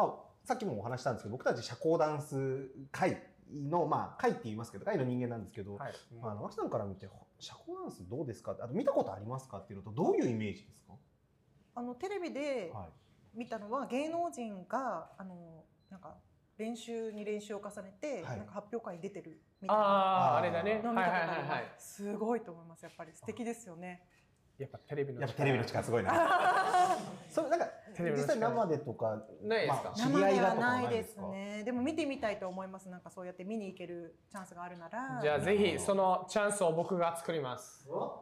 Speaker 2: さっきもお話したんですけど、僕たち社交ダンス会の、まあ会って言いますけど、会の人間なんですけど、はい、あの脇さんから見て社交ダンスどうですか、あと見たことありますかっていうのと、どういうイメージですか？
Speaker 3: あのテレビで見たのは、芸能人があのなんか練習に練習を重ねて、はい、なんか発表会に出てるみたいな。
Speaker 1: ああ、あれだね。
Speaker 3: すごいと思います。やっぱり素敵ですよね。
Speaker 1: やっぱテレビの
Speaker 2: やっぱテレビの力すごいな。それなんか実際生でとか
Speaker 1: ないですか？
Speaker 3: 知り合いがとかないですね。でも見てみたいと思います。なんかそうやって見に行けるチャンスがあるなら。
Speaker 1: じゃあぜひそのチャンスを僕が作ります。はい。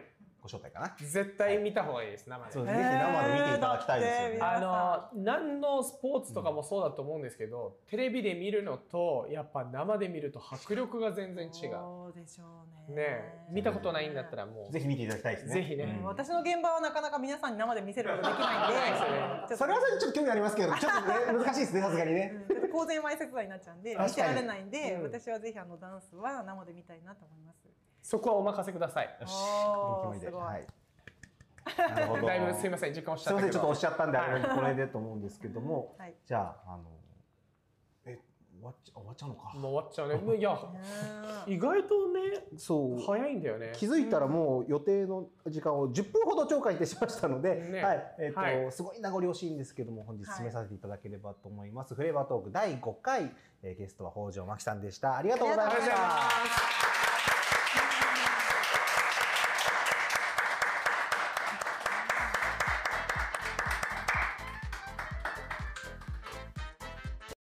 Speaker 2: ご招待かな。
Speaker 1: 絶対見た方がいいです。生で。
Speaker 2: そう、ぜひ生で見ていただきたいですよね。
Speaker 1: あの何のスポーツとかもそうだと思うんですけど、テレビで見るのとやっぱ生で見ると迫力が全然違う。
Speaker 3: そうでしょうね。
Speaker 1: ね、見たことないんだったらもう
Speaker 2: ぜひ見ていただきたいですね。
Speaker 1: ぜひね。
Speaker 3: 私の現場はなかなか皆さんに生で見せることできないんで、
Speaker 2: それはちょっと興味ありますけど、ちょっと難しいですね、さすがにね。
Speaker 3: 公然わいせつ罪になっちゃうんで見せられないんで、私はぜひあのダンスは生で見たいなと思います。
Speaker 1: そこはお任せください。
Speaker 2: よし、お決まりで。なるほど。
Speaker 1: だいぶすみません、時間をしちゃったけど。
Speaker 2: すみません、ちょっとおっしゃったんであれこれでと思うんですけども、じゃああのえ終わっちゃ終わっちゃうのか。
Speaker 1: もう終わっちゃうね。いや意外とね、そう早いんだよね。
Speaker 2: 気づいたらもう予定の時間をじゅっぷんほど超過してしましたので、はい、えっとすごい名残惜しいんですけども、本日進めさせていただければと思います。フレーバートークだいごかい、ゲストは北条真希さんでした。ありがとうございました。